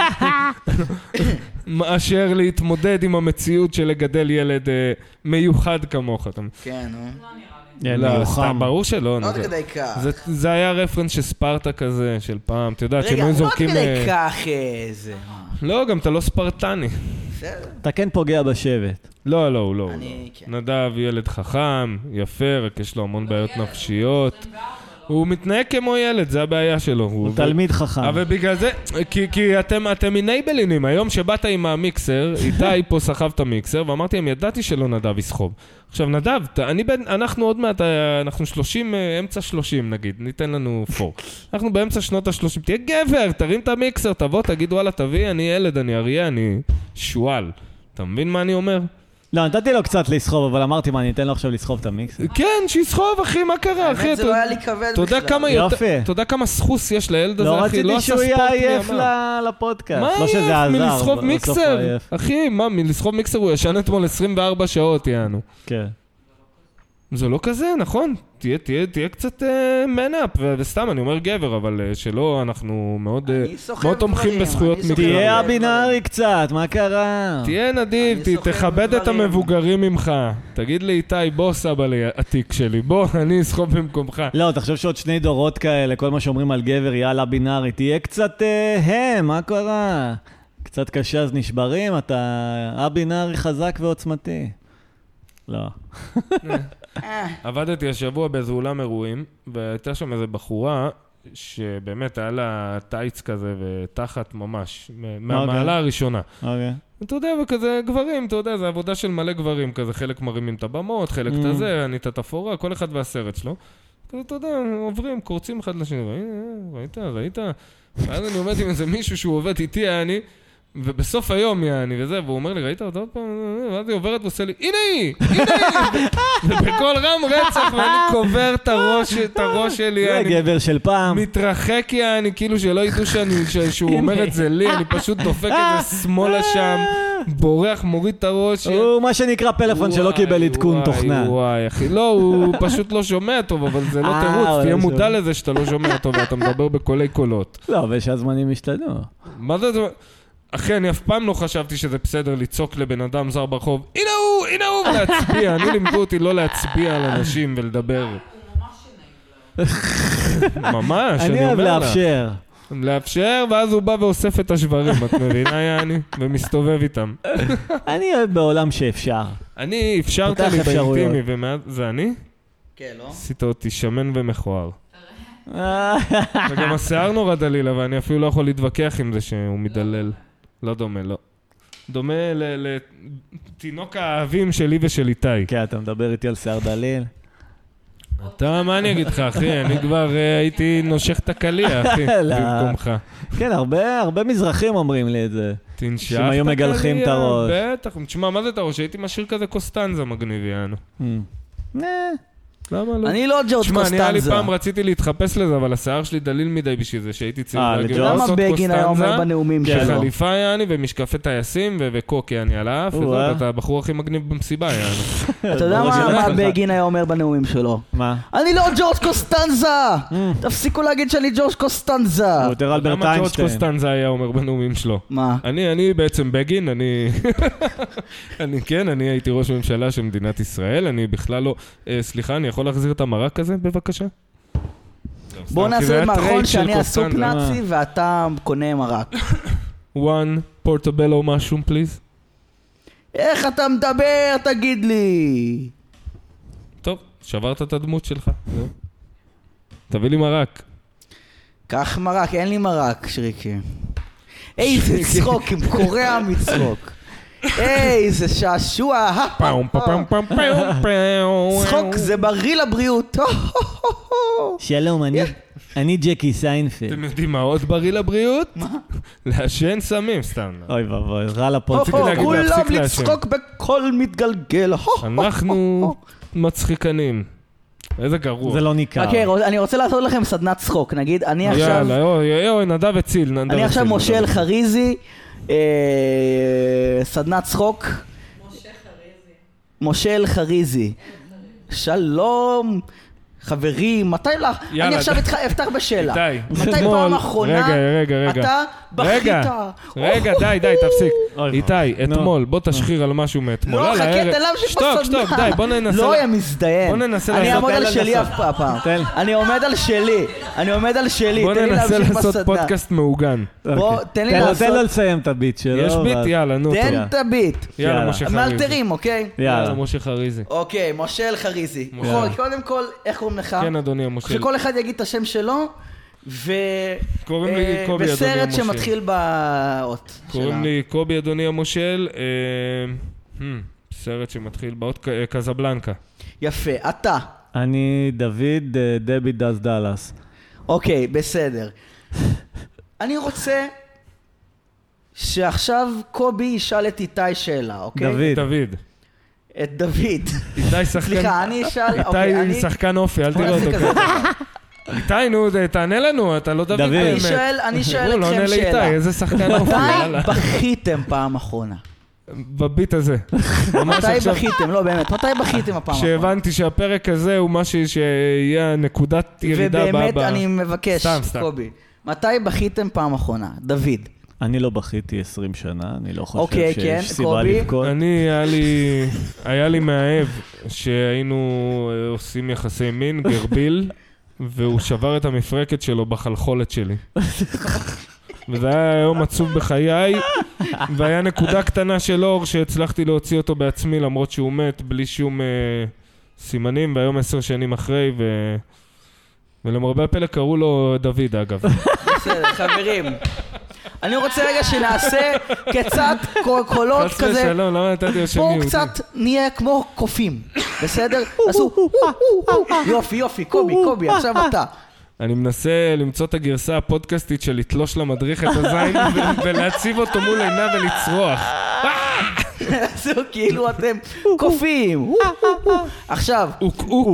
מאשר להתמודד עם המציאות של לגדל ילד מיוחד כמוך. כן, נו. לא, סתם, ברור שלא. לא כדי כך. זה היה רפרנס של ספרטה כזה, של פעם, אתה יודע, רגע, לא כדי כך איזה... לא, גם אתה לא ספרטני. אתה כן פוגע בשבט. לא, לא, הוא לא. נדב ילד חכם, יפה, רק יש לו המון בעיות נפשיות. הוא מתנהג כמו ילד, זה הבעיה שלו. הוא תלמיד חכם. אבל בגלל זה, כי אתם אינייבלינים. היום שבאת עם המיקסר, איתי פה סחב את המיקסר, ואמרתי להם, ידעתי שלא נדב יסחוב. עכשיו נדב, אנחנו עוד מעט, אנחנו שלושים, אמצע שלושים נגיד, ניתן לנו פור. אנחנו באמצע שנות השלושים, תהיה גבר, תרים את המיקסר, תבוא, תגיד וואלה, תביא, אני ילד, אני אריה, אני שואל. אתה מבין מה אני אומר? לא, נתתי לו קצת לסחוב, אבל אמרתי מה, אני אתן לו עכשיו לסחוב את המיקסר. כן, שיסחוב, אחי, מה קרה, אחי? האמת זה לא היה לי כבד בכלל. יופי. אתה יודע כמה סחוס יש לילד הזה, אחי? לא רציתי שהוא יעייף לפודקאסט. מה יעייף? מלסחוב מיקסר? אחי, מה, מלסחוב מיקסר הוא ישן אתמול עשרים וארבע שעות, יענו. כן. זה לא כזה, נכון? תהיה, תהיה, תהיה קצת מנאפ, וסתם אני אומר גבר, אבל שלא, אנחנו מאוד, מאוד תומכים בזכויות מקרה. תהיה הבינארי קצת, מה קרה? תהיה נדיב, תכבד את המבוגרים ממך. תגיד לי, איתי, בוא סבא לי עתיק שלי, בוא, אני אסחוב במקומך. לא, תחשוב שעוד שני דורות כאלה, כל מה שאומרים על גבר, יאללה בינארי, תהיה קצת הם, מה קרה? קצת קשה אז נשברים, אתה הבינארי חזק ועוצמתי. לא. עבדתי השבוע באיזה אולם אירועים, והייתה שם איזו בחורה שבאמת היה לה טייץ כזה ותחת ממש, מהמעלה הראשונה. אתה יודע, וכזה גברים, אתה יודע, זה עבודה של מלא גברים, כזה חלק מרימים את הבמות, חלק את הזה, אני את התפורה, כל אחד והסרט שלו. כזה, אתה יודע, עוברים, קורצים אחד לשני, ראית, ראית? ואז אני עומד עם איזה מישהו שהוא עובד איתי, אני... ובסוף היום יעני וזה, והוא אומר לי, ראית אותה עוד פעם? ואז היא עוברת ועושה לי, הנה היא! הנה היא! ובכל רם רצח, ואני קובר את הראש, את הראש שלי. זה גבר של פעם. מתרחק יעני, כאילו שלא ידעו שהוא אומר את זה לי, אני פשוט דופק את זה שמאלה שם, בורח, מוריד את הראש. הוא מה שנקרא פלאפון שלא קיבל עדכון תוכנה. וואי, אחי, לא, הוא פשוט לא שומע טוב, אבל זה לא תירוץ, תהיה מודע לזה שאתה לא שומע טוב, ואתה מדבר בקולי קולות. לא, ושהזמנים השתנו. מה זה? אחי, אני אף פעם לא חשבתי שזה בסדר לצעוק לבן אדם זר ברחוב, הנה הוא, הנה הוא, ולהצביע. אני לימדו אותי לא להצביע על אנשים ולדבר. ממש, אני אוהב לאפשר. לאפשר, ואז הוא בא ואוסף את השברים, את מבינה, יעני? ומסתובב איתם. אני אוהב בעולם שאפשר. אני אפשרת לי באינטימי, זה אני? כן, לא? עשית אותי שמן ומכוער. וגם השיער נורא דליל, אבל אני אפילו לא יכול להתווכח עם זה שהוא מדלל. לא דומה, לא. דומה לתינוק האהבים שלי ושל איתי. כן, אתה מדבר איתי על שיער דליל? אתה, מה אני אגיד לך, אחי? אני כבר הייתי נושך את הקליה, אחי, במקומך. כן, הרבה מזרחים אומרים לי את זה. תנשך את הקליה. שהיום מגלחים את הראש. בטח, תשמע, מה זה את הראש? הייתי משאיר כזה קוסטנזה מגניב, יענו. נה. למה לא? אני לא ג'ורג' קוסטנזה. תשמע, נראה לי פעם רציתי להתחפש לזה, אבל השיער שלי דליל מדי בשביל זה, שהייתי צעיר. למה בגין היה אומר בנאומים שלו? חליפה יעני, ומשקפי טייסים, וקוק יעני על האף, ואתה הבחור הכי מגניב במסיבה יעני. אתה יודע מה בגין היה אומר בנאומים שלו? מה? אני לא ג'ורג' קוסטנזה! תפסיקו להגיד שאני ג'ורג' קוסטנזה! למה ג'ורג' קוסטנזה היה אומר בנאומים שלו? מה? אני בעצם בגין, אני כן, אני הייתי ראש ממשלה של מדינת ישראל, אני בכלל לא, סליחה, אני יכול להחזיר את המרק הזה, בבקשה? בוא נעשה מערכון שאני הסופ נאצי ואתה קונה מרק. one portobello mushroom, please. איך אתה מדבר? תגיד לי. טוב, שברת את הדמות שלך. תביא לי מרק. קח מרק, אין לי מרק, שריקי. איזה צחוק, עם קורע מצחוק. איזה שעשוע. פאום פאום פאום פאום. צחוק זה בריא לבריאות. שלום, אני... אני ג'קי סיינפלד. אתם יודעים מה עוד בריא לבריאות? מה? לעשן סמים, סתם. אוי ואבוי, רע לפודקאסט. כולם לצחוק בכל מתגלגל. אנחנו מצחיקנים. איזה גרוע. זה לא ניכר. אוקיי, אני רוצה לעשות לכם סדנת צחוק. נגיד, אני עכשיו... יאללה, יואי, יואי, נדב הציל. אני עכשיו מושל חריזי, סדנת צחוק. משה חריזי. מושל חריזי. שלום. חברים, מתי לך? אני עכשיו אפתח בשאלה. איתי, מתי פעם אחרונה אתה בכית? רגע, די, די, תפסיק. איתי, אתמול, בוא תשחיר על משהו מאתמול. לא, חכה, תן להמשיך בסדנה. שטוק, שטוק, די, בוא ננסה. לא, היה מזדיין. בוא ננסה אני לעשות... עומד על שלי אף פעם. אני עומד על שלי. אני עומד על שלי. בוא תן לי ננסה להמשיך לעשות בסדנה. פודקאסט מעוגן. בוא, תן לי לעשות... תן לו לסיים את הביט שלו. יש ביט? יאללה, נו. תן את הביט. יאללה, משה חריזי. מאלתרים, אוקיי? יאללה, משה חריזי. אוקיי, מושל חריזי. קודם כל, איך קוראים לך? כן, אדוני המושל. שכל אחד יגיד את השם שלו, ו... קוראים לי קובי, אדוני בסרט המושל. שמתחיל באות. קוראים לי קובי, אדוני המושל. סרט שמתחיל באות קזבלנקה. יפה, אתה. אני דוד, דבי דאז דאלאס. אוקיי, בסדר. אני רוצה שעכשיו קובי ישאל את איתי שאלה, אוקיי? דוד. דוד. את דוד. איתי שחקן... סליחה, אני אשאל... איתי שחקן אופי, אל תראה אותו. איתי, נו, תענה לנו, אתה לא דוד באמת. אני שואל, אני שואל אתכם שאלה. איתי, איזה שחקן אופי, יאללה. מתי בכיתם פעם אחרונה? בביט הזה. מתי בכיתם? לא, באמת, מתי בכיתם הפעם אחרונה? שהבנתי שהפרק הזה הוא משהו שיהיה נקודת ירידה ב... ובאמת אני מבקש, קובי, מתי בכיתם פעם אחרונה? דוד. אני לא בכיתי עשרים שנה, אני לא חושב אוקיי, שיש כן, סיבה קובי. לבכות. אני, היה לי, היה לי מאהב שהיינו עושים יחסי מין, גרביל, והוא שבר את המפרקת שלו בחלחולת שלי. וזה היה יום עצוב בחיי, והיה נקודה קטנה של אור שהצלחתי להוציא אותו בעצמי, למרות שהוא מת, בלי שום uh, סימנים, והיום עשר שנים אחרי, ו... ולמרבה הפלא קראו לו דוד, אגב. בסדר, חברים. אני רוצה רגע שנעשה קצת קולות חס כזה. ושלום, למה נתתי לו שם בואו יהודי? קצת נהיה כמו קופים, בסדר? עשו יופי, יופי, קובי, קובי, עכשיו אתה. אני מנסה למצוא את הגרסה הפודקאסטית של לתלוש למדריך את הזין ולהציב אותו מול עיניו ולצרוח. עשו כאילו אתם קופים. עכשיו. אוק אוק.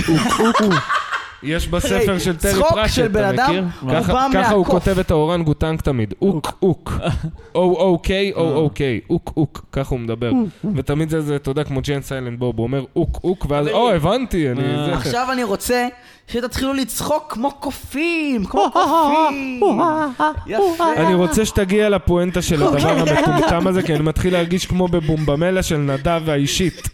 יש בספר של טרי פרצ'ט, אתה מכיר? ככה הוא כותב את האורנגוטנג תמיד. אוק אוק. או-או-קיי, או-או-קיי. אוק אוק. ככה הוא מדבר. ותמיד זה, אתה יודע, כמו ג'יין סיילנט בוב. הוא אומר אוק אוק, ואז, או, הבנתי. עכשיו אני רוצה שתתחילו לצחוק כמו קופים. כמו קופים. יפה. אני רוצה שתגיע לפואנטה של הדבר המטומטם הזה, כי אני מתחיל להרגיש כמו בבומבמלה של נדב האישית.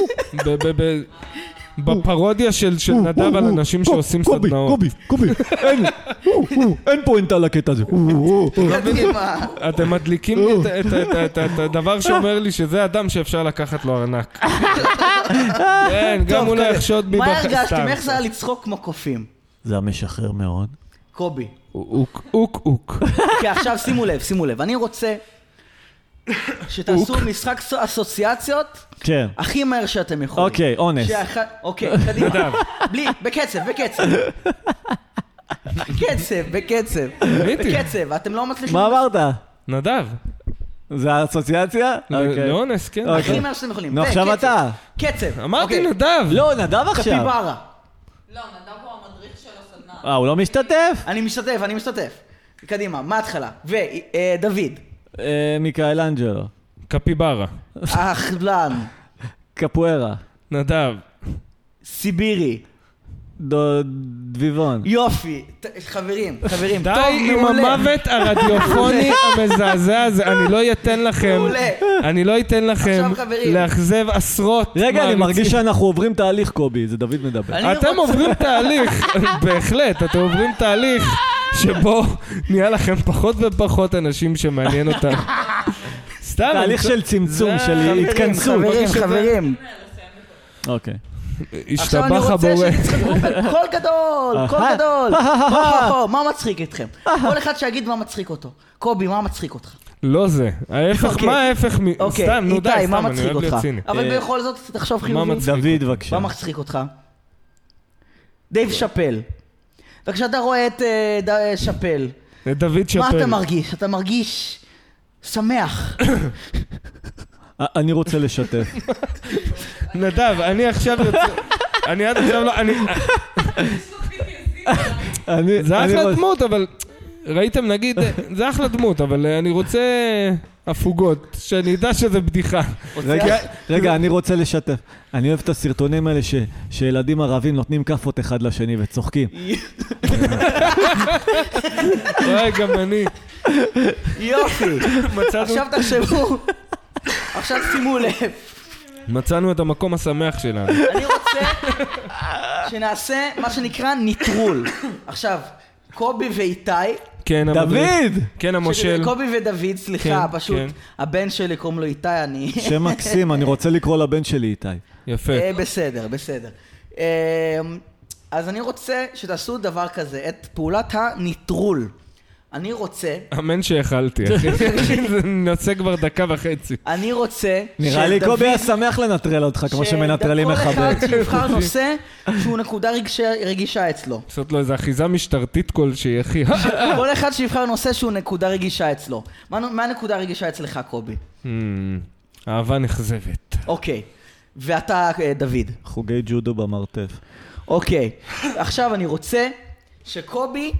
בפרודיה של נדב על אנשים שעושים סדנאות. קובי, קובי, קובי, אין פואנטה לקטע הזה. אתם מדליקים לי את הדבר שאומר לי שזה אדם שאפשר לקחת לו ארנק. כן, גם הוא לא יחשוד בי מה בחסתם. הרגשתם? איך זה היה לצחוק כמו קופים? זה היה משחרר מאוד. קובי. אוק, אוק, אוק. כי עכשיו שימו לב, שימו לב. אני רוצה שתעשו משחק אסוציאציות כן. הכי מהר שאתם יכולים. אוקיי, אונס. אוקיי, קדימה. בלי, בקצב, בקצב. בקצב, בקצב. בקצב, אתם לא מצליחים... מה אמרת? נדב. זה האסוציאציה? לאונס, כן. הכי מהר שאתם יכולים. נו, עכשיו אתה. קצב. אמרתי נדב. לא, נדב עכשיו. קפיברה. לא, נדב הוא המדריך של הסדנה. אה, הוא לא משתתף? אני משתתף, אני משתתף. קדימה, מה התחלה? ודוד. מיקאל אנג'לו. קפיברה. אחלן. קפוארה. נדב. סיבירי. דביבון. יופי. חברים, חברים. די עם המוות הרדיופוני המזעזע הזה. אני לא אתן לכם, אני לא אתן לכם לאכזב עשרות. רגע, אני מרגיש שאנחנו עוברים תהליך, קובי. זה דוד מדבר. אתם עוברים תהליך, בהחלט, אתם עוברים תהליך שבו נהיה לכם פחות ופחות אנשים שמעניין אותם. תהליך של צמצום, של התכנסות. חברים, חברים. אוקיי. עכשיו אני רוצה שתצחקו בקול גדול, קול גדול. מה מצחיק אתכם? כל אחד שיגיד מה מצחיק אותו. קובי, מה מצחיק אותך? לא זה. ההפך, מה ההפך? סתם, נו די, סתם, אני אוהב להיות ציני. אבל בכל זאת, תחשוב חיובי. דוד, בבקשה. מה מצחיק אותך? דייב שאפל. וכשאתה רואה את שאפל, דוד שאפל. מה אתה מרגיש? אתה מרגיש שמח. אני רוצה לשתף. נדב, אני עכשיו יוצא... אני עד עכשיו לא... אני... זה אחלה דמות, אבל... ראיתם, נגיד, זה אחלה דמות, אבל אני רוצה הפוגות, שאני יודע שזה בדיחה. רגע, אני רוצה לשתף. אני אוהב את הסרטונים האלה שילדים ערבים נותנים כפות אחד לשני וצוחקים. וואי, גם אני. יופי. עכשיו תחשבו. עכשיו שימו לב. מצאנו את המקום השמח שלנו. אני רוצה שנעשה מה שנקרא ניטרול. עכשיו, קובי ואיתי. כן, דוד! כן, המושל. קובי ודוד, סליחה, פשוט הבן שלי קוראים לו איתי, אני... שם מקסים, אני רוצה לקרוא לבן שלי איתי. יפה. בסדר, בסדר. אז אני רוצה שתעשו דבר כזה, את פעולת הניטרול. אני רוצה... אמן שהחלתי, אחי. זה נעשה כבר דקה וחצי. אני רוצה... נראה לי קובי היה שמח לנטרל אותך, כמו שמנטרלים מחבר. שכל אחד שיבחר נושא שהוא נקודה רגישה אצלו. לעשות לו איזו אחיזה משטרתית כלשהי, אחי. כל אחד שיבחר נושא שהוא נקודה רגישה אצלו. מה הנקודה רגישה אצלך, קובי? אהבה נחזבת. אוקיי. ואתה, דוד? חוגי ג'ודו במרתף. אוקיי. עכשיו אני רוצה שקובי...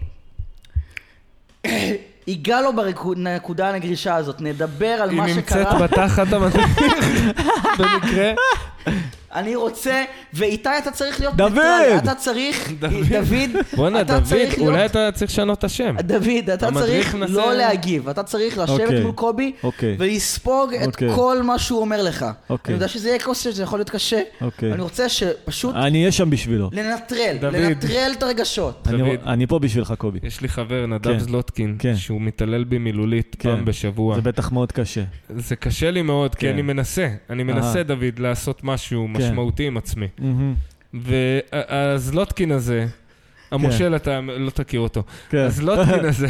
היגע לו בנקודה הנגרישה הזאת, נדבר על מה שקרה. היא נמצאת בתחת המדריך, במקרה. אני רוצה, ואיתי אתה צריך להיות... דוד! אתה צריך, דוד, בוא'נה, דוד, אולי אתה צריך לשנות את השם. דוד, אתה צריך לא להגיב, אתה צריך לשבת מול קובי, ולספוג את כל מה שהוא אומר לך. אני יודע שזה יהיה קשה, שזה יכול להיות קשה. אני רוצה שפשוט... אני אהיה שם בשבילו. לנטרל, לנטרל את הרגשות. אני פה בשבילך, קובי. יש לי חבר, נדב זלוטקין, שהוא מתעלל בי מילולית פעם בשבוע. זה בטח מאוד קשה. זה קשה לי מאוד, כי אני מנסה. אני מנסה, דוד, לעשות משהו משמעותי עם עצמי. והזלוטקין הזה, המושל, אתה לא תכיר אותו. הזלוטקין הזה,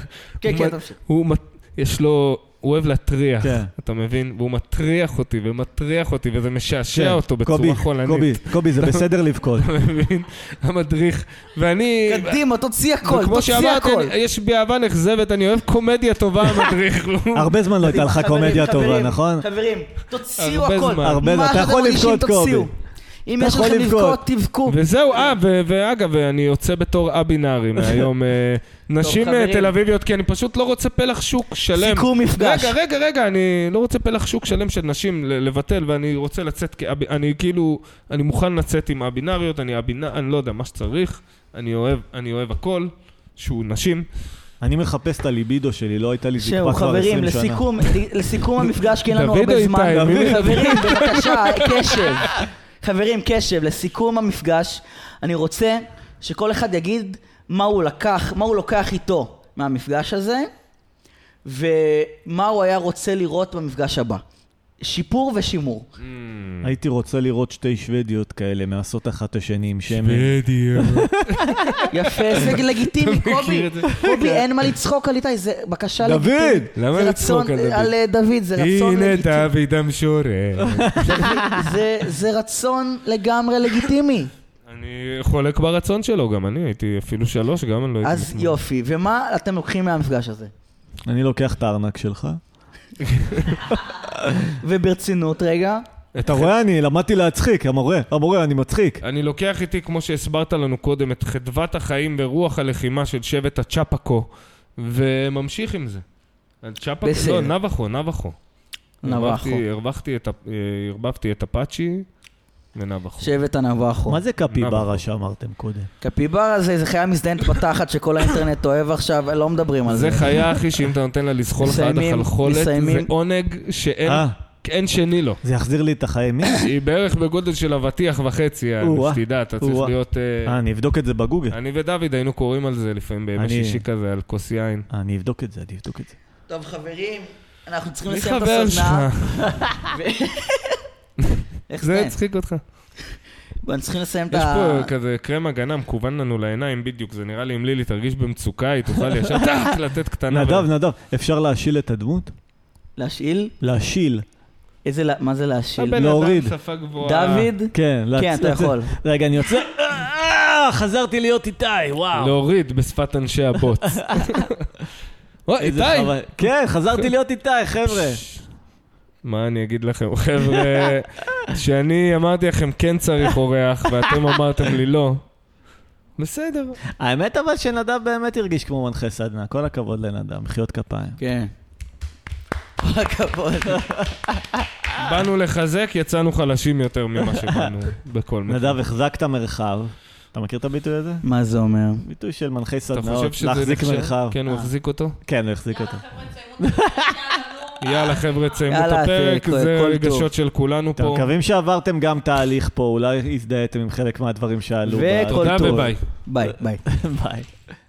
יש לו, הוא אוהב להטריח, אתה מבין? והוא מטריח אותי ומטריח אותי, וזה משעשע אותו בצורה חולנית. קובי, קובי, זה בסדר לבכות. אתה מבין? המדריך. ואני... קדימה, תוציא הכל, וכמו שאמרתי, יש בי אהבה נחזבת, אני אוהב קומדיה טובה, המדריך. הרבה זמן לא הייתה לך קומדיה טובה, נכון? חברים, תוציאו הכל. הרבה זמן. אתה יכול לבכות, קובי. אם יש לכם לבכות, תבכו. וזהו, אה, ואגב, אני יוצא בתור אבי נארי מהיום, נשים תל אביביות, כי אני פשוט לא רוצה פלח שוק שלם. סיכום מפגש. רגע, רגע, רגע, אני לא רוצה פלח שוק שלם של נשים לבטל, ואני רוצה לצאת כאבי, אני כאילו, אני מוכן לצאת עם אבי נאריות, אני אבי נאר, אני לא יודע מה שצריך, אני אוהב, אני אוהב הכל, שהוא נשים. אני מחפש את הליבידו שלי, לא הייתה לי זקפה כבר עשרים שנה. לסיכום, לסיכום המפגש, כי אין לנו הרבה זמן. חברים, בבקשה, קשב. חברים, קשב, לסיכום המפגש, אני רוצה שכל אחד יגיד מה הוא לקח, מה הוא לוקח איתו מהמפגש הזה, ומה הוא היה רוצה לראות במפגש הבא. שיפור ושימור. הייתי רוצה לראות שתי שוודיות כאלה, מעשות אחת השני עם שמן. שוודיות. יפה, זה לגיטימי, קובי. קובי, אין מה לצחוק על איתי, זה בקשה לגיטימית. דוד! למה לצחוק על דוד? על דוד, זה רצון לגיטימי. הנה דוד המשורר. זה רצון לגמרי לגיטימי. אני חולק ברצון שלו, גם אני הייתי אפילו שלוש, גם אני לא הייתי... אז יופי, ומה אתם לוקחים מהמפגש הזה? אני לוקח את הארנק שלך. וברצינות רגע. אתה רואה, אני למדתי להצחיק, המורה, המורה, אני מצחיק. אני לוקח איתי, כמו שהסברת לנו קודם, את חדוות החיים ורוח הלחימה של שבט הצ'פקו, וממשיך עם זה. צ'פקו, לא, נבחו, נבחו. נבחו. הרבבתי את הפאצ'י ונבחו. שבט הנבחו. מה זה קפיברה שאמרתם קודם? קפיברה זה חיה מזדיינת בתחת שכל האינטרנט אוהב עכשיו, לא מדברים על זה. זה חיה, אחי, שאם אתה נותן לה לזחול לך עד החלחולת, זה עונג שאין... אין שני לו. זה יחזיר לי את החיים מי? היא בערך בגודל של אבטיח וחצי, שתדע, אתה צריך להיות... אה, אני אבדוק את זה בגוגל. אני ודוד היינו קוראים על זה לפעמים בימי שישי כזה, על כוס יין. אני אבדוק את זה, אני אבדוק את זה. טוב חברים, אנחנו צריכים לסיים את הסדנה. איך זה הצחיק אותך? ואני צריכים לסיים את יש ה... פה כזה קרם הגנה מכוון לנו לעיניים בדיוק, זה נראה לי אם לילי תרגיש במצוקה, היא תוכל ישר טק לתת קטנה. נדב, נדב, אפשר להשיל את הדמות? להשאיל? להשיל. איזה, מה זה להשיל? הבן להוריד. אדם שפה גבוהה. דוד? כן, כן, אתה יכול. רגע, אני יוצא... חזרתי להיות איתי, וואו. להוריד בשפת אנשי הבוץ. וואי, איתי! כן, חזרתי להיות איתי, חבר'ה. מה אני אגיד לכם, חבר'ה, שאני אמרתי לכם כן צריך אורח, ואתם אמרתם לי לא. בסדר. האמת אבל שנדב באמת הרגיש כמו מנחה סדנה, כל הכבוד לנדב, מחיאות כפיים. כן. כל הכבוד. באנו לחזק, יצאנו חלשים יותר ממה שבאנו בכל מקום. נדב, החזקת מרחב. אתה מכיר את הביטוי הזה? מה זה אומר? ביטוי של מנחי אתה סדנאות, חושב שזה להחזיק נחשב? מרחב. כן, הוא החזיק אותו? כן, הוא החזיק אותו. יאללה חבר'ה, תסיימו את יאללה, הפרק, כל- זה כל רגשות טוב. של כולנו אתם פה. מקווים שעברתם גם תהליך פה, אולי הזדהיתם עם חלק מהדברים שעלו. וכל תודה טוב. וביי. ביי, ביי. ביי.